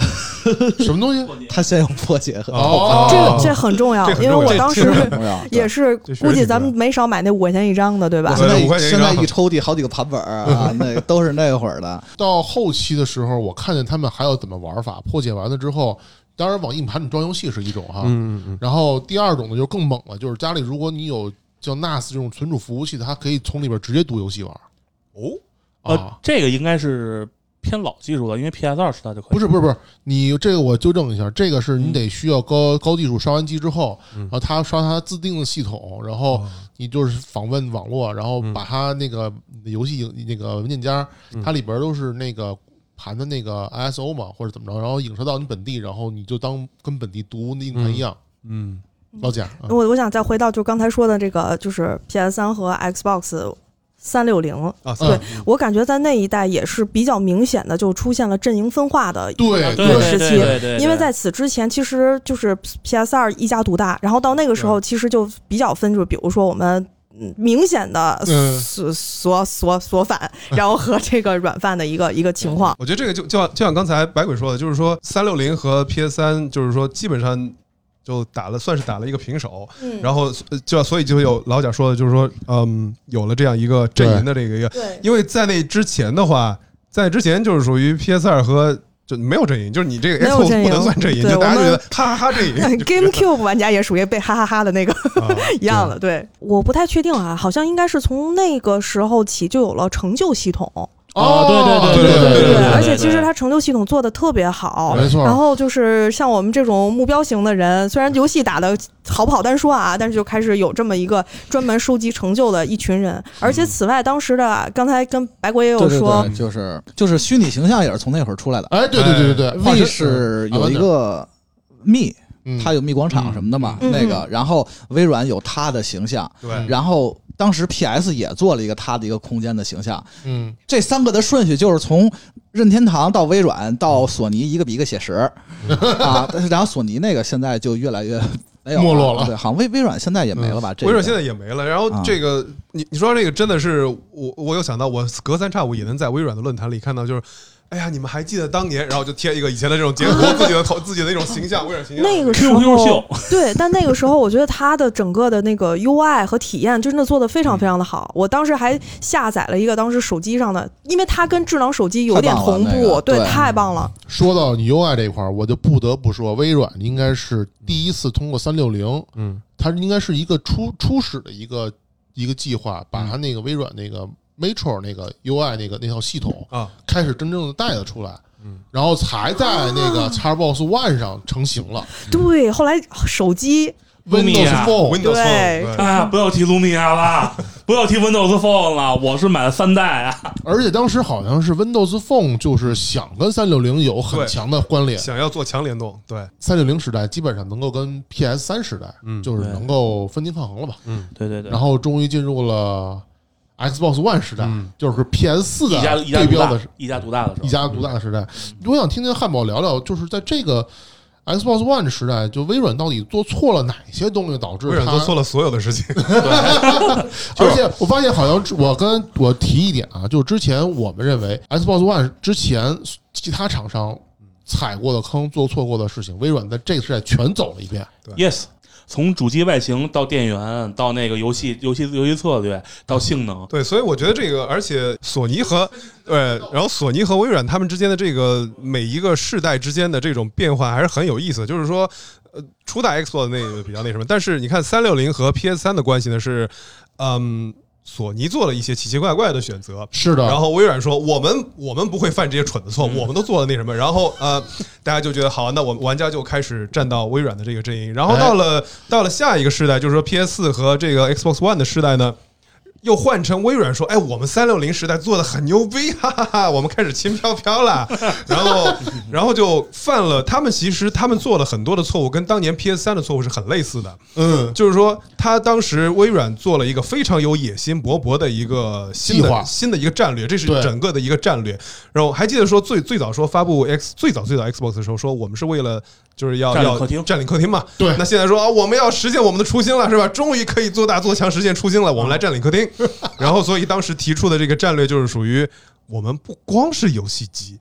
什么东西？ 它先有破解和哦， 这个这很重要，因为我当时也是估计咱们没少买那五块钱一张的，对吧？ 现在现在一抽屉好几个盘本啊，那都是那会儿的。 到后期的时候，我看见他们还有怎么玩法，破解完了之后。当然，往硬盘里装游戏是一种哈， 嗯嗯， 然后第二种呢就更猛了，就是家里如果你有像 N A S 这种存储服务器，它可以从里边直接读游戏玩。 哦， 呃啊， 这个应该是偏老技术了，因为 P S 二时代就可以。 不是不是不是，你这个我纠正一下，这个是你得需要高高技术刷完机之后，然后它刷它自定的系统，然后你就是访问网络，然后把它那个游戏那个文件夹，它里边都是那个。盘的那个 I S O 嘛，或者怎么着，然后影射到你本地，然后你就当跟本地读那硬盘一样。 嗯， 老贾，嗯、 我我想再回到就刚才说的这个，就是 P S 三和 Xbox 三六零啊， 对、嗯、我感觉在那一代也是比较明显的，就出现了阵营分化的一个时期。因为在此之前，其实就是 P S 二一家独大，然后到那个时候，其实就比较分，就比如说我们。明显的锁锁锁锁反，然后和这个软饭的一个一个情况。 我觉得这个就就像就像刚才百鬼说的，就是说三六零和 P S 三，就是说基本上就打了，算是打了一个平手。嗯、然后就所以就有老贾说的，就是说，嗯，有了这样一个阵营的这个一个，因为在那之前的话，在之前就是属于 P S 二和。就没有阵营，就是你这个 Xbox 不能算阵营，就大家觉得哈哈哈阵营。 GameCube 玩家也属于被哈哈哈的那个、啊、一样的，对，我不太确定啊，好像应该是从那个时候起就有了成就系统。 哦，对对对对对对， 而且其实它成就系统做的特别好， 没错。 然后就是像我们这种目标型的人，虽然游戏打的好不好单说啊，但是就开始有这么一个专门收集成就的一群人。而且此外，当时的刚才跟白国也有说， 对对对就是就是虚拟形象也是从那会儿出来的。 哎，对对对对对 ，V 是有一个密。它有密广场什么的嘛， 嗯、 那个，然后微软有它的形象， 对， 然后当时 P S 也做了一个它的一个空间的形象， 嗯， 这三个的顺序就是从任天堂到微软到索尼，一个比一个写实、嗯、啊，但是然后索尼那个现在就越来越没有没落了， 对，好像微微软现在也没了吧？ 嗯、微软现在也没了。然后这个、啊、你你说这个真的是我我有想到，我隔三差五也能在微软的论坛里看到，就是。哎呀，你们还记得当年？然后就贴一个以前的这种截图，自己的头，自己的那种形象，微软形象。 那个时候，对，但那个时候我觉得它的整个的那个 U I 和体验真的做得非常非常的好。我当时还下载了一个当时手机上的，因为它跟智能手机有点同步， 那个、 对， 对， 太棒了。 说到你 U I 这一块，我就不得不说，微软应该是第一次通过三六零，嗯，它应该是一个初初始的一个一个计划，把它那个微软那个 Metro 那个 U I 那个那套系统啊，开始真正的带了出来。然后才在那个 Xbox One 上成型了。 对，后来手机 Windows Phone， 对， 啊，不要提 Lumia 了，不要提 Windows Phone 了，我是买了三代啊。 而且当时好像是 Windows Phone 就是想跟三六零有很强的关联， 想要做强联动。对， 三六零时代基本上能够跟 P S 三时代，嗯，就是能够分庭抗衡了吧？ 嗯，对对对。 然后终于进入了。Xbox One 时代、嗯、就是 P S 四的对标的一家独大的时候， 一家独大的时代。嗯、我想听听汉堡聊聊，就是在这个 Xbox One 时代，就微软到底做错了哪些东西，导致微软做错了所有的事情。 而且我发现，好像我跟我提一点啊，就是之前我们认为 Xbox One 之前其他厂商踩过的坑、做错过的事情，微软在这个时代全走了一遍。 Yes。从主机外形到电源到那个游戏游戏游戏策略到性能， 对，所以我觉得这个，而且索尼和对，然后索尼和微软他们之间的这个每一个世代之间的这种变化还是很有意思的。就是说，呃，初代 Xbox 那个比较那什么，但是你看三六零和 P S 三的关系呢是，嗯。索尼做了一些奇奇怪怪的选择， 是的。 然后微软说：“我们我们不会犯这些蠢的错误， 嗯、 我们都做了那什么。”然后呃，大家就觉得好，那我们玩家就开始站到微软的这个阵营。然后到了、哎、到了下一个世代，就是说 P S 四和这个 Xbox One 的世代呢，又换成微软说：“哎，我们三六零时代做的很牛逼，哈哈哈！我们开始轻飘飘了。”然后然后就犯了他们其实他们做了很多的错误，跟当年 P S 三 的错误是很类似的。嗯，就是说他当时微软做了一个非常有野心勃勃的一个新的新的一个战略，这是整个的一个战略。然后还记得说最最早说发布 X 最早最早 Xbox 的时候说我们是为了就是要要占领客厅嘛。 对， 那现在说啊我们要实现我们的初心了，是吧？终于可以做大做强实现初心了，我们来占领客厅。然后所以当时提出的这个战略就是属于我们不光是游戏机。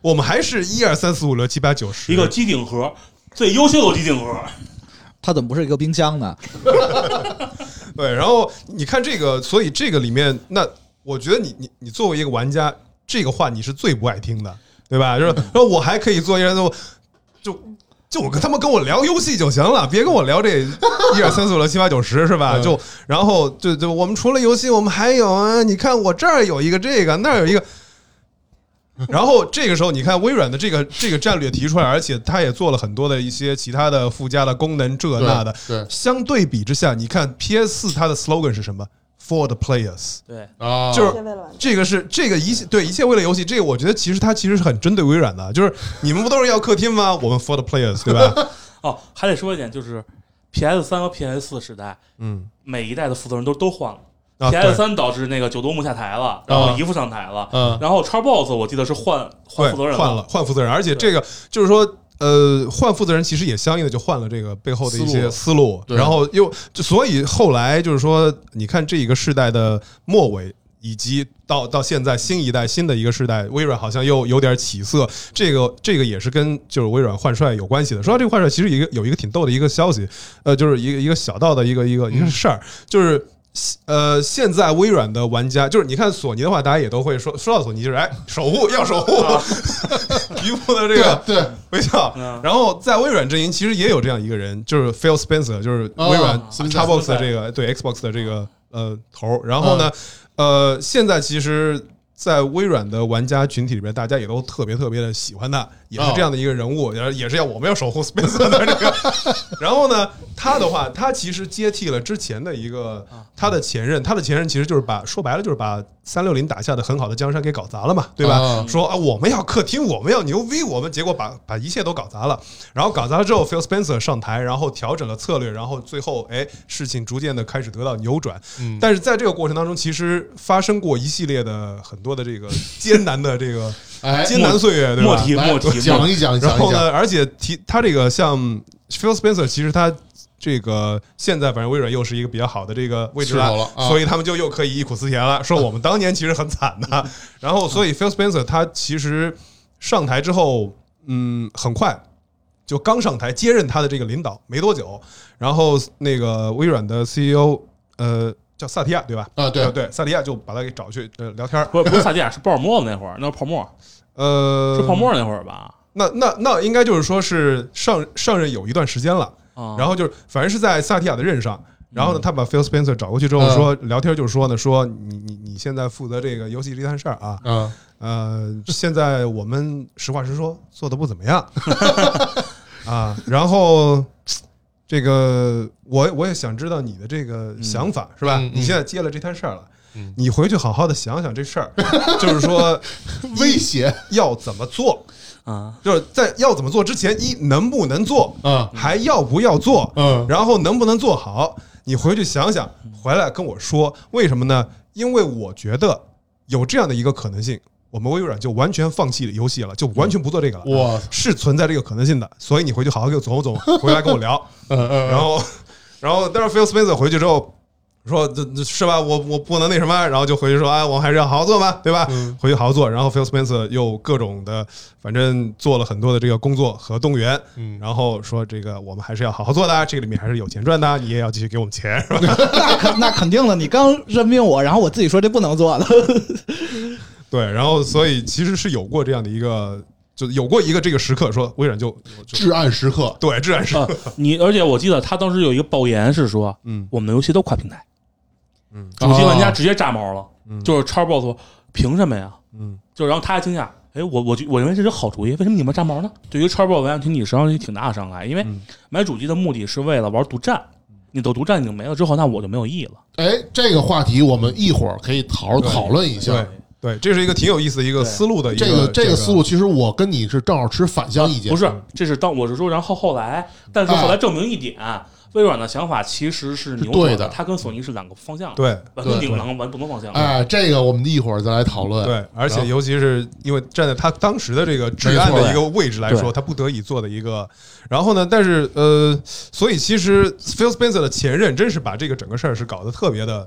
我们还是一二三四五六七八九十一个机顶盒，最优秀的机顶盒。 它怎么不是一个冰箱呢？ 对，然后你看这个，所以这个里面，那我觉得你你你作为一个玩家，这个话你是最不爱听的，对吧？就是说我还可以做一人就。就我跟他们跟我聊游戏就行了，别跟我聊这一二三四五六七八九十是吧？就然后就就我们除了游戏，我们还有啊，你看我这儿有一个这个，那儿有一个。然后这个时候，你看微软的这个这个战略提出来，而且它也做了很多的一些其他的附加的功能，这那的。 对，相对比之下，你看 P S 四 它的 slogan 是什么 ？For the players。 对啊， 就是这个是这个一切对一切为了游戏。这个我觉得其实它其实是很针对微软的，就是你们不都是要氪金吗？我们 For the players， 对吧？ 哦，还得说一点，就是 P S 三和 P S 四时代， 嗯， 每一代的负责人都都换了。 啊、 P S 三导致那个九多木下台了，然后姨父上台了， 嗯， 然后 Xbox 我记得是换换负责人了， 换了换负责人，而且这个就是说，呃，换负责人其实也相应的就换了这个背后的一些思路，然后又所以后来就是说，你看这一个世代的末尾。以及到到现在新一代新的一个世代，微软好像又有点起色，这个这个也是跟就是微软换帅有关系的。说到这个换帅，其实一个有一个挺逗的一个消息，呃，就是一个一个小道的一个一个一个事儿，就是呃，现在微软的玩家，就是你看索尼的话，大家也都会说，说到索尼就是哎，守护要守护，局部的这个对微笑。然后在微软阵营其实也有这样一个人，就是 Phil Spencer， 就是微软 Xbox 的这个对 Xbox 的这个呃头，然后呢。呃，现在其实，在微软的玩家群体里边，大家也都特别特别的喜欢他，也是这样的一个人物，也也是要我们要守护 Spencer 的这个。然后呢，他的话，他其实接替了之前的一个他的前任，他的前任其实就是把说白了就是把三六零打下的很好的江山给搞砸了嘛，对吧？ 啊、 说啊，我们要客厅，我们要牛逼，我们结果把把一切都搞砸了。然后搞砸了之后 ，Phil Spencer 上台，然后调整了策略，然后最后哎，事情逐渐的开始得到扭转。 嗯， 但是在这个过程当中，其实发生过一系列的很多的这个艰难的这个艰难岁月，对吧？ 莫提莫提， 讲一讲， 然后呢，而且提他这个像 Phil Spencer， 其实他。这个现在反正微软又是一个比较好的这个位置了， 了啊、 所以他们就又可以忆苦思甜了，说我们当年其实很惨的。然后，所以 Phil Spencer 他其实上台之后，嗯，很快就刚上台接任他的这个领导没多久，然后那个微软的 C E O 呃叫萨提亚对吧？ 啊，对对，萨提亚就把他给找去呃聊天， 不是不是萨提亚是鲍尔默那会儿，那是泡沫， 呃， 是泡沫那会儿吧？ 那那那应该就是说是上上任有一段时间了。然后就是，反正是在萨提亚的任上，然后呢，他把 Phil Spencer 找过去之后说，聊天就是说呢，说你你你现在负责这个游戏这摊事儿啊， 嗯呃，现在我们实话实说，做的不怎么样啊。然后这个我我也想知道你的这个想法是吧？你现在接了这摊事儿了，你回去好好的想想这事儿，就是说威胁要怎么做。 啊， 就是在要怎么做之前，一能不能做， 嗯， 还要不要做， 嗯， 然后能不能做好，你回去想想，回来跟我说，为什么呢？因为我觉得有这样的一个可能性，我们微软就完全放弃游戏了，就完全不做这个了， 哇， 是存在这个可能性的，所以你回去好好给我总总，回来跟我聊， 嗯嗯， 然后，然后，但是 Phil Spencer 回去之后。说这这是吧？我我不能那什么，然后就回去说，哎，我们还是要好好做嘛，对吧？嗯、回去好好做。然后 Phil Spencer 又各种的，反正做了很多的这个工作和动员，嗯，然后说这个我们还是要好好做的，这个里面还是有钱赚的，你也要继续给我们钱，是吧？ 那肯那肯定的，你刚任命我，然后我自己说这不能做的， 对，然后所以其实是有过这样的一个。就有过一个这个时刻，说微软就至暗时刻， 对，至暗时刻。 呃、你而且我记得他当时有一个爆言是说，嗯，我们的游戏都跨平台，嗯，主机玩家直接炸毛了，嗯，就是 Xbox 凭什么呀？嗯，就然后他还惊讶，哎，我我我认为这是好主意，为什么你们炸毛呢？对于 Xbox 玩家群体实际上是挺大的伤害，因为买主机的目的是为了玩独占，你的独占已经没了之后，那我就没有意义了。 哎，这个话题我们一会儿可以讨讨论一下。 对，这是一个挺有意思的一个思路的一个这个这个思路，其实我跟你是正好持反向意见。 不是，这是当我是说，然后后来，但是后来证明一点，微软的想法其实是扭转的，它跟索尼是两个方向， 对， 完全顶梁完不同方向。 哎，这个我们一会儿再来讨论。 对，而且尤其是因为站在他当时的这个至暗的一个位置来说，他不得已做的一个。然后呢，但是呃，所以其实 Phil Spencer 的前任真是把这个整个事儿是搞得特别的。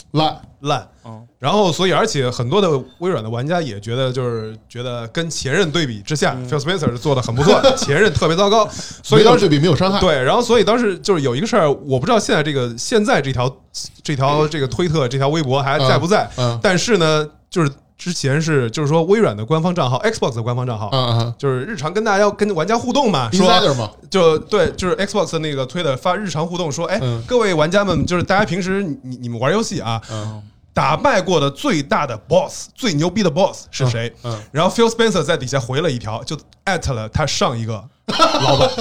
烂烂。 嗯， 然后所以而且很多的微软的玩家也觉得，就是觉得跟前任对比之下、 嗯、 ，Phil Spencer 是做的很不错的，前任特别糟糕，所以当时对比没有伤害。 对，然后所以当时就是有一个事儿，我不知道现在这个现在这条这条这个推特这条微博还在不在？ 嗯，嗯但是呢，就是之前是就是说微软的官方账号 ，Xbox 的官方账号， 嗯嗯， 就是日常跟大家要跟玩家互动嘛， 说说就对，就是 Xbox 的那个推的发日常互动说，哎， 嗯、 各位玩家们，就是大家平时你你们玩游戏啊。 嗯打败过的最大的 boss 最牛逼的 boss 是谁？ 嗯嗯、 然后 Phil Spencer 在底下回了一条，就艾特了他上一个老板，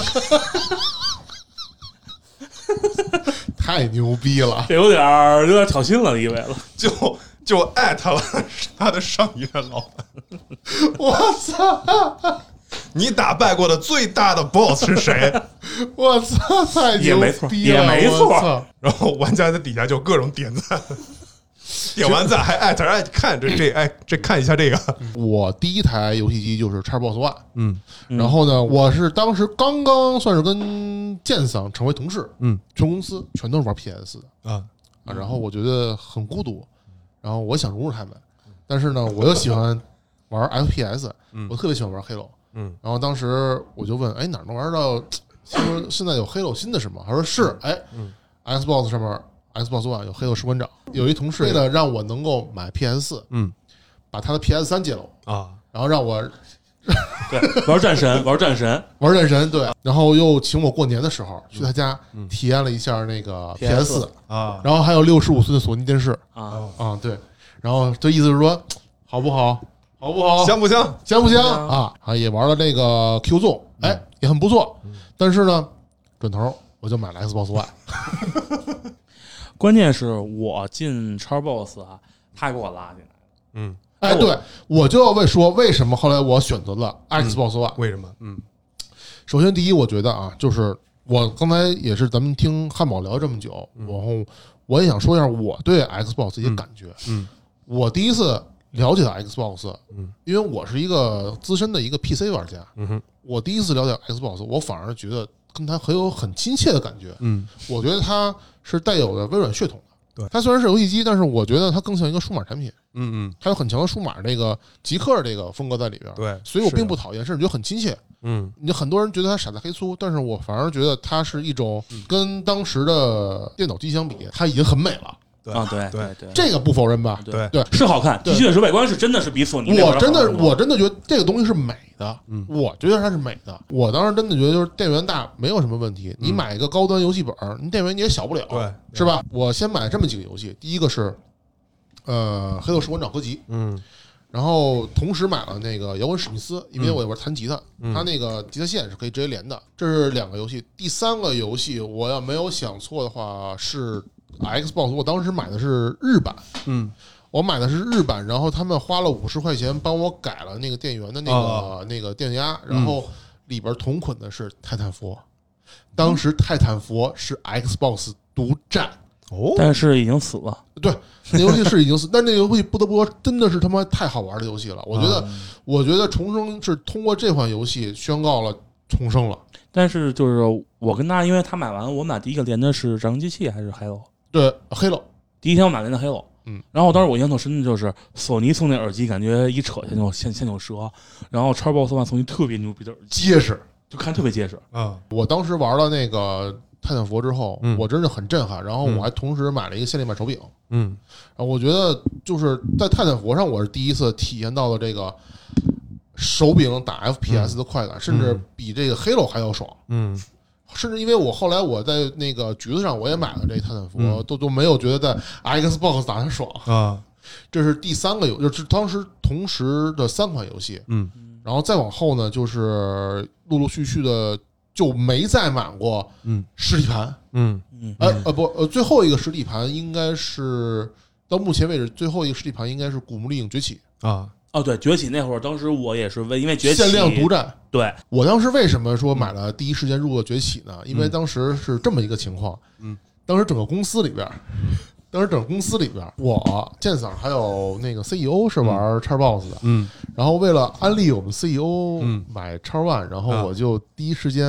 太牛逼了， 这有点有点挑衅了，意味了， 就就艾特了他的上一任老板。 我操！ 你打败过的最大的 boss 是谁？ 我操！太牛逼了，也没错。 然后玩家在底下就各种点赞。点完赞还艾特哎，看这这哎这看一下这个。 我第一台游戏机就是 Xbox One， 嗯， 然后呢，我是当时刚刚算是跟剑桑成为同事， 嗯， 全公司全都是玩 P S 的啊啊，然后我觉得很孤独，然后我想融入他们，但是呢，我又喜欢玩 F P S， 我特别喜欢玩 Halo， 嗯，然后当时我就问，哎，哪能玩到？说现在有 Halo 新的是吗？他说是，哎，嗯 ，Xbox 上面。Xbox One 有黑客士官长，有一同事为了让我能够买 P S 四，嗯，把他的 P S 三接了啊，然后让我对玩战神，玩战神， 玩战神，对，然后又请我过年的时候去他家体验了一下那个 P S 四啊，然后还有六十五寸的索尼电视啊啊，对，然后这意思是说好不好，好不好， 香不香， 香不香啊啊，也玩了那个 Q Zone，哎，也很不错，但是呢，转头我就买了 Xbox One。 关键是我进 Xbox 啊，他给我拉进来了。 嗯， 哎，对，我就要问说，为什么后来我选择了 Xbox One？、 嗯、为什么？嗯， 首先第一，我觉得啊，就是我刚才也是咱们听汉堡聊这么久，然后我也想说一下我对 Xbox 一些感觉。嗯，嗯我第一次了解到 Xbox， 嗯，因为我是一个资深的一个 P C 玩家，嗯哼，我第一次了解 Xbox， 我反而觉得跟它很有很亲切的感觉。嗯，我觉得它是带有的微软血统的。对，它虽然是游戏机，但是我觉得它更像一个数码产品。嗯嗯，它有很强的数码这个极客这个风格在里边。 对， 所以我并不讨厌，甚至觉得很亲切。嗯，你很多人觉得它傻子黑粗，但是我反而觉得它是一种跟当时的电脑机相比，它已经很美了。 啊，对对对， 这个不否认吧？ 对对， 是好看，的确是外观是真的是比索尼。 我真的我真的觉得这个东西是美的，嗯，我觉得它是美的。我当时真的觉得就是电源大没有什么问题，你买一个高端游戏本，你电源你也小不了， 对， 是吧？我先买了这么几个游戏，第一个是呃《黑客士官长》合集，嗯，然后同时买了那个《摇滚史密斯》，因为我也玩弹吉他，它那个吉他线是可以直接连的。这是两个游戏，第三个游戏我要没有想错的话是。Xbox 我当时买的是日版，嗯，我买的是日版，然后他们花了五十块钱帮我改了那个电源的那个、哦、那个电压，然后里边同捆的是泰坦佛，当时泰坦佛是 Xbox 独占哦，但是已经死了。 对，那游戏是已经死，但那游戏不得不说真的是他妈太好玩的游戏了。我觉得，嗯、我觉得重生是通过这款游戏宣告了重生了。 但是就是我跟他，因为他买完，我们俩第一个连的是战争机器还是 Halo？ 对 ，Halo， 第一天我买连的 Halo， 嗯，然后当时我印象特深的就是索尼送那耳机，感觉一扯下就线线就折，然后 Xbox One 送一特别牛逼的耳机， 结实， 就看特别结实啊。我当时玩了那个泰坦佛之后，嗯、我真的很震撼，然后我还同时买了一个限定版手柄，嗯，然后我觉得就是在泰坦佛上，我是第一次体验到了这个手柄打 F P S 的快感，嗯、甚至比这个 Halo 还要爽，嗯。甚至因为我后来我在那个橘子上我也买了这泰坦佛，嗯、都都没有觉得在 Xbox 打得爽啊。这是第三个游，就是当时同时的三款游戏，嗯，然后再往后呢，就是陆陆续续的就没再买过，嗯，实体盘，嗯嗯，呃呃不呃，最后一个实体盘应该是到目前为止最后一个实体盘应该是《古墓丽影：崛起》啊。 哦，对，崛起那会儿，当时我也是为因为崛起限量独占。 对， 我当时为什么说买了第一时间入了崛起呢？因为当时是这么一个情况，嗯，当时整个公司里边，当时整个公司里边，我剑桑还有那个 C E O 是玩 Xbox 的，嗯，然后为了安利我们 C E O 买 X One，然后我就第一时间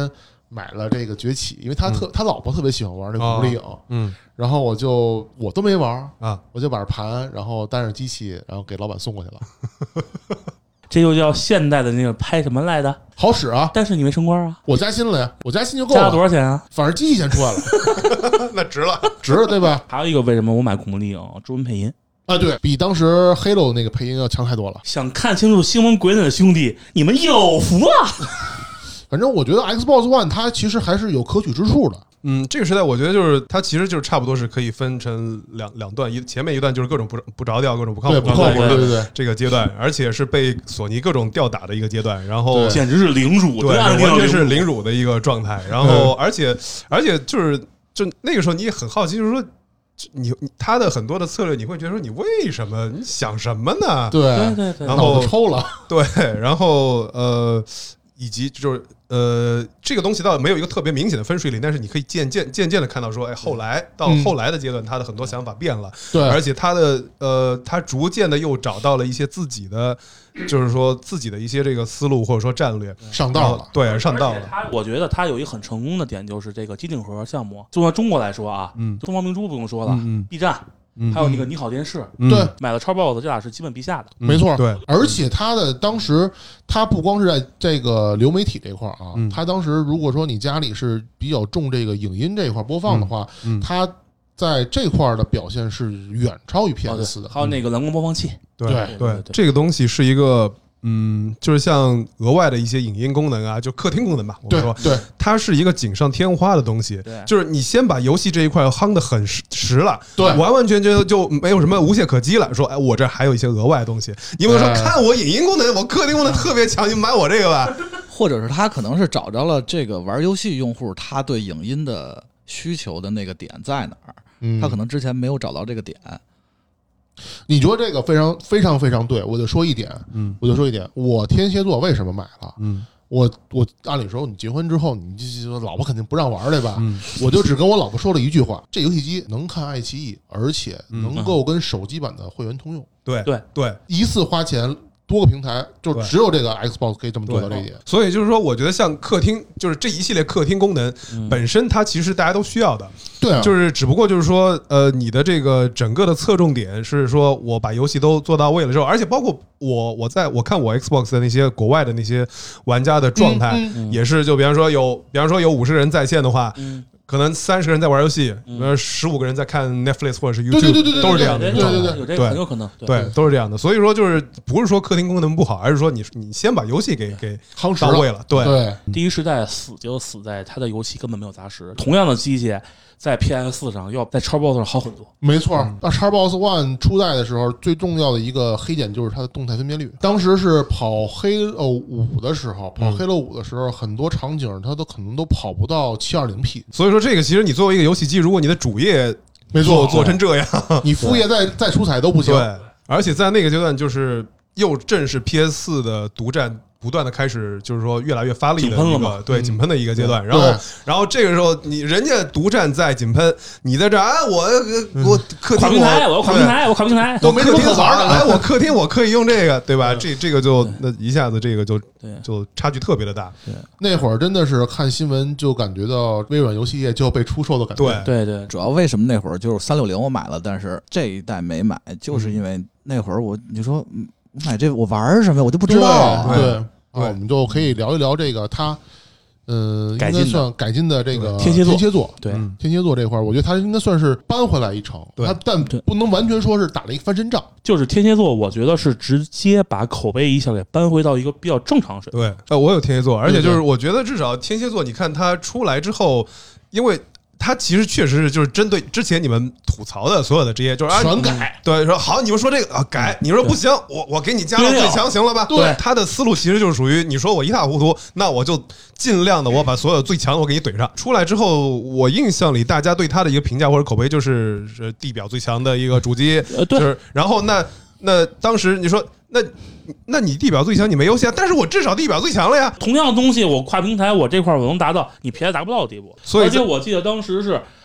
买了这个崛起，因为他特、嗯、他老婆特别喜欢玩这个古墓丽影， 嗯， 然后我就我都没玩啊， 我就把着盘，然后带上机器，然后给老板送过去了。 这就叫现代的那个拍什么来的？ 好使啊！ 但是你没升官啊！ 我加薪了呀，我加薪就够了。 加了多少钱啊？ 反正机器钱出来了， 那值了， 值了，对吧？ 还有一个为什么我买古墓丽影中文配音啊？对比当时 Halo 那个配音要强太多了。 想看清楚新闻鬼脸的兄弟，你们有福啊！ 反正我觉得 Xbox One 它其实还是有可取之处的。 嗯，这个时代我觉得就是它其实就是差不多是可以分成两两段，一前面一段就是各种不不着调、各种不靠谱、 不靠谱的这个阶段，而且是被索尼各种吊打的一个阶段，然后简直是凌辱， 对，完全是凌辱的一个状态。然后而且而且就是就那个时候你也很好奇，就是说你他的很多的策略，你会觉得说你为什么你想什么呢？ 对对对对， 然后抽了， 对，然后呃。以及就是呃，这个东西倒没有一个特别明显的分水岭，但是你可以渐渐渐渐的看到说，哎，后来到后来的阶段，他的很多想法变了， 对， 而且他的呃，他逐渐的又找到了一些自己的，就是说自己的一些这个思路或者说战略上道了， 对，上道了。 我觉得他有一个很成功的点，就是这个机顶盒项目，就算中国来说啊， 嗯， 东方明珠不用说了， 嗯 ，B 站。还有那个你好电视， 嗯、对， 买了超 boss，这俩是基本必下的， 嗯、没错。 对， 而且他的当时，他不光是在这个流媒体这块啊， 嗯、 他当时如果说你家里是比较重这个影音这一块播放的话， 嗯嗯、 他在这块的表现是远超于 P S 四的、 哦。还有那个蓝光播放器， 对对对, 对, 对， 这个东西是一个。嗯，就是像额外的一些影音功能啊，就客厅功能吧。我说， 对， 它是一个锦上添花的东西。 对， 就是你先把游戏这一块夯得很实了， 对， 完完全全就没有什么无懈可击了。说，哎，我这还有一些额外的东西。你们说，看我影音功能，我客厅功能特别强，你买我这个吧。 或者是他可能是找着了这个玩游戏用户他对影音的需求的那个点在哪儿， 嗯、 他可能之前没有找到这个点。 你说这个非常非常非常对，我就说一点， 嗯， 我就说一点，我天蝎座为什么买了？ 嗯， 我我按理说你结婚之后，你就老婆肯定不让玩对吧？ 嗯， 我就只跟我老婆说了一句话：这游戏机能看爱奇艺，而且能够跟手机版的会员通用。 对对对， 一次花钱。多个平台就只有这个 Xbox 可以这么做到这一点， 所以就是说，我觉得像客厅，就是这一系列客厅功能本身，它其实大家都需要的。 对啊， 就是只不过就是说，呃，你的这个整个的侧重点是说我把游戏都做到位了之后，而且包括我我在我看我 Xbox 的那些国外的那些玩家的状态，也是就比方说有，比方说有五十个人在线的话。可能三十个人在玩游戏，呃，十五个人在看 Netflix 或者是 YouTube， 对对对对， 都是这样的， 对对对，有这个很有可能， 对，都是这样的。所以说，就是不是说客厅功能不好，而是说你你先把游戏给给夯实到位了。对对， 第一时代死就死在它的游戏根本没有砸实，同样的机械在 P S 四 上要在 Xbox 上好很多。 没错，那 Xbox One 初代的时候，最重要的一个黑点就是它的动态分辨率。当时是跑黑 Halo 五的时候，跑黑 Halo 五的时候，很多场景它都可能都跑不到 七二零 P。 所以说，这个其实你作为一个游戏机，如果你的主页没做做成这样， 你副业再再出彩都不行。 对，而且在那个阶段，就是又正是 P S 四 的独占。不断的开始就是说越来越发力的一个对井喷的一个阶段，然后然后这个时候你人家独占在井喷，你在这啊我我客厅平台我要跨平台我跨平台都没什么可玩的， 来我客厅我可以用这个对吧？这这个就那一下子这个就就差距特别的大。 那会儿真的是看新闻就感觉到微软游戏业就要被出售的感觉。 对对对， 主要为什么那会儿就是三六零我买了，但是这一代没买，就是因为那会儿我你说。我买这我玩什么呀？我就不知道、啊。 对，对我们就可以聊一聊这个它，呃，应该算改进的这个天蝎座。 天蝎座， 对， 天蝎座这块儿，我觉得它应该算是扳回来一城。它但不能完全说是打了一个翻身仗。 就是天蝎座，我觉得是直接把口碑一下给扳回到一个比较正常水平。 对，呃，我有天蝎座，而且就是我觉得至少天蝎座，你看它出来之后，因为。他其实确实是就是针对之前你们吐槽的所有的这些，就是啊， 全改。 对，说好，你们说这个啊改，你说不行，我我给你加到最强行了吧？ 对， 他的思路其实就是属于你说我一塌糊涂，那我就尽量的我把所有最强的我给你怼上。出来之后，我印象里大家对他的一个评价或者口碑就是是地表最强的一个主机， 呃，对。 就是然后那那当时你说那。那你地表最强你没游戏啊，但是我至少地表最强了呀。 同样的东西我跨平台我这块我能达到你 P S 达不到的地步。 所以而且我记得当时是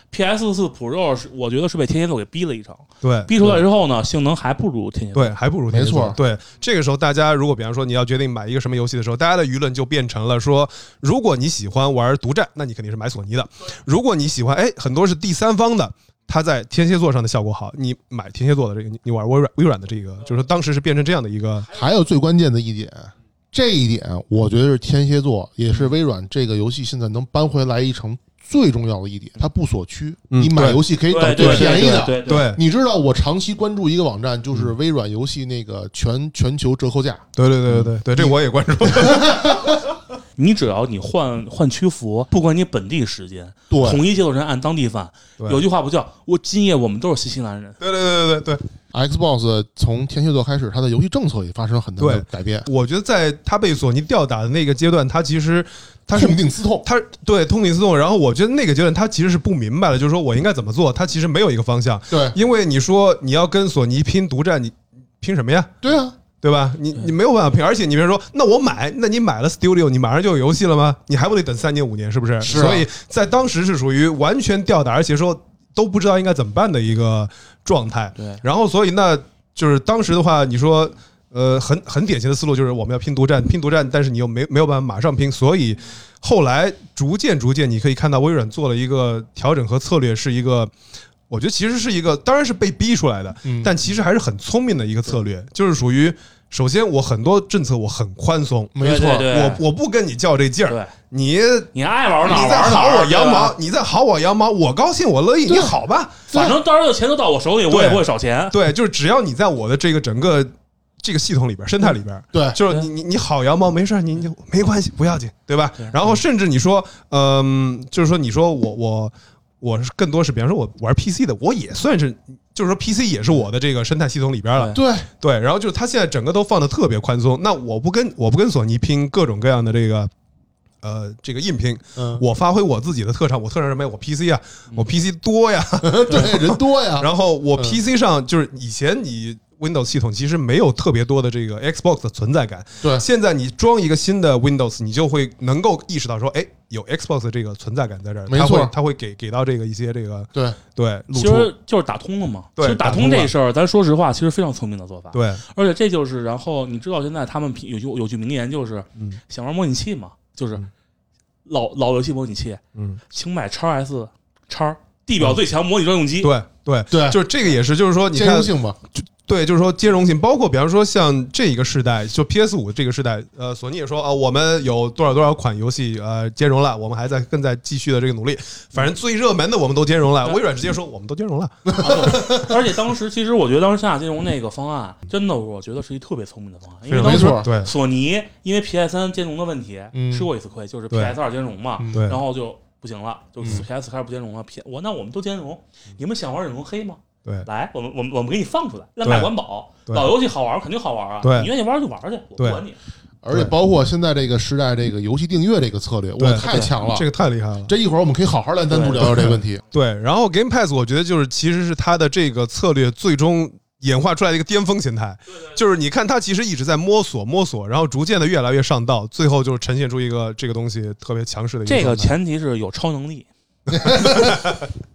P S 四 Pro 是我觉得是被天蝎座给逼了一场， 对， 逼出来之后呢，性能还不如天蝎座， 对，还不如天蝎座。 没错对，这个时候大家如果比方说你要决定买一个什么游戏的时候，大家的舆论就变成了说，如果你喜欢玩独占，那你肯定是买索尼的；如果你喜欢，哎，很多是第三方的。它在天蝎座上的效果好，你买天蝎座的这个，你你玩微软微软的这个，就是说当时是变成这样的一个。 还有最关键的一点，这一点我觉得是天蝎座，也是微软这个游戏现在能搬回来一成最重要的一点，它不锁区， 嗯、 你买游戏可以找最便宜的。 对对， 你知道我长期关注一个网站，就是微软游戏那个全全球折扣价。 对对对对对对，这我也关注。 你只要你换换区服，不管你本地时间， 对， 统一节奏人按当地饭。有句话不叫我今夜我们都是新西兰人。 对对对对对。 Xbox 从天蝎座开始，它的游戏政策也发生很大的改变。 我觉得在它被索尼吊打的那个阶段，它其实它是痛定思痛， 它对痛定思痛。然后我觉得那个阶段，它其实是不明白了，就是说我应该怎么做，它其实没有一个方向。 对， 因为你说你要跟索尼拼独占，你拼什么呀？ 对啊。 对吧？你你没有办法拼，而且你别说，那我买，那你买了 Studio， 你马上就有游戏了吗？你还不得等三年五年，是不是？ 是啊。 所以在当时是属于完全吊打，而且说都不知道应该怎么办的一个状态。 对。 然后，所以那就是当时的话，你说，呃，很很典型的思路就是我们要拼独占，拼独占，但是你又没没有办法马上拼，所以后来逐渐逐渐，你可以看到微软做了一个调整和策略，是一个。我觉得其实是一个，当然是被逼出来的， 嗯、 但其实还是很聪明的一个策略，就是属于首先我很多政策我很宽松， 没错， 我我不跟你较这劲儿，你你爱玩哪玩哪， 你在薅我羊毛，你在薅我羊毛，我高兴我乐意，你好吧， 反正到时候钱都到我手里，我也不会少钱， 对，就是只要你在我的这个整个这个系统里边、生态里边， 对， 就是你你你薅羊毛没事，你你没关系，不要紧，对吧？然后甚至你说，嗯，就是说你说我我。我是更多是，比方说我玩 P C 的，我也算是，就是说 P C 也是我的这个生态系统里边了。 对对，然后就是它现在整个都放的特别宽松。那我不跟我不跟索尼拼各种各样的这个呃这个硬拼， 嗯， 我发挥我自己的特长。我特长是什么呀？我 P C 啊，我 P C 多呀， 对，人多呀。 然后我 P C 上就是以前你 Windows 系统其实没有特别多的这个 Xbox 的存在感。 对， 现在你装一个新的 Windows， 你就会能够意识到说，哎。有 Xbox 的这个存在感在这儿， 没错， 它会给给到这个一些这个对对， 其实就是打通了嘛。 对， 其实打通这事儿，咱说实话，其实非常聪明的做法。 对， 而且这就是，然后你知道现在他们有句有句名言就是，嗯，想玩模拟器嘛，就是老老游戏模拟器，嗯，请买 X S X 地表最强模拟专用机。 对对对， 就是这个也是，就是说你看兼容性嘛。 对，就是说兼容性，包括比方说像这一个世代，就 P S 五 这个世代，呃，索尼也说啊，我们有多少多少款游戏呃兼容了，我们还在更在继续的这个努力。反正最热门的我们都兼容了，微软直接说我们都兼容了。 啊、而且当时其实我觉得当时线下兼容那个方案，真的我觉得是一特别聪明的方案，因为当时对索尼因为 P S 三兼容的问题、嗯、吃过一次亏，就是 P S 二兼容嘛， 对， 然后就不行了，就 P S 开始不兼容了。P 我那我们都兼容，你们想玩忍龙黑吗？ 对， 来，我们我们我们给你放出来，让卖管保。老游戏好玩，肯定好玩啊！ 对， 你愿意玩就玩去，我不管你。 而且包括现在这个时代，这个游戏订阅这个策略，哇，太强了， 这个太厉害了。 这一会儿我们可以好好来单独聊聊这个问题。 对，然后 Game Pass 我觉得就是其实是它的这个策略最终演化出来的一个巅峰形态，就是你看它其实一直在摸索摸索，然后逐渐的越来越上道，最后就呈现出一个这个东西特别强势的一个。 这个前提是有超能力。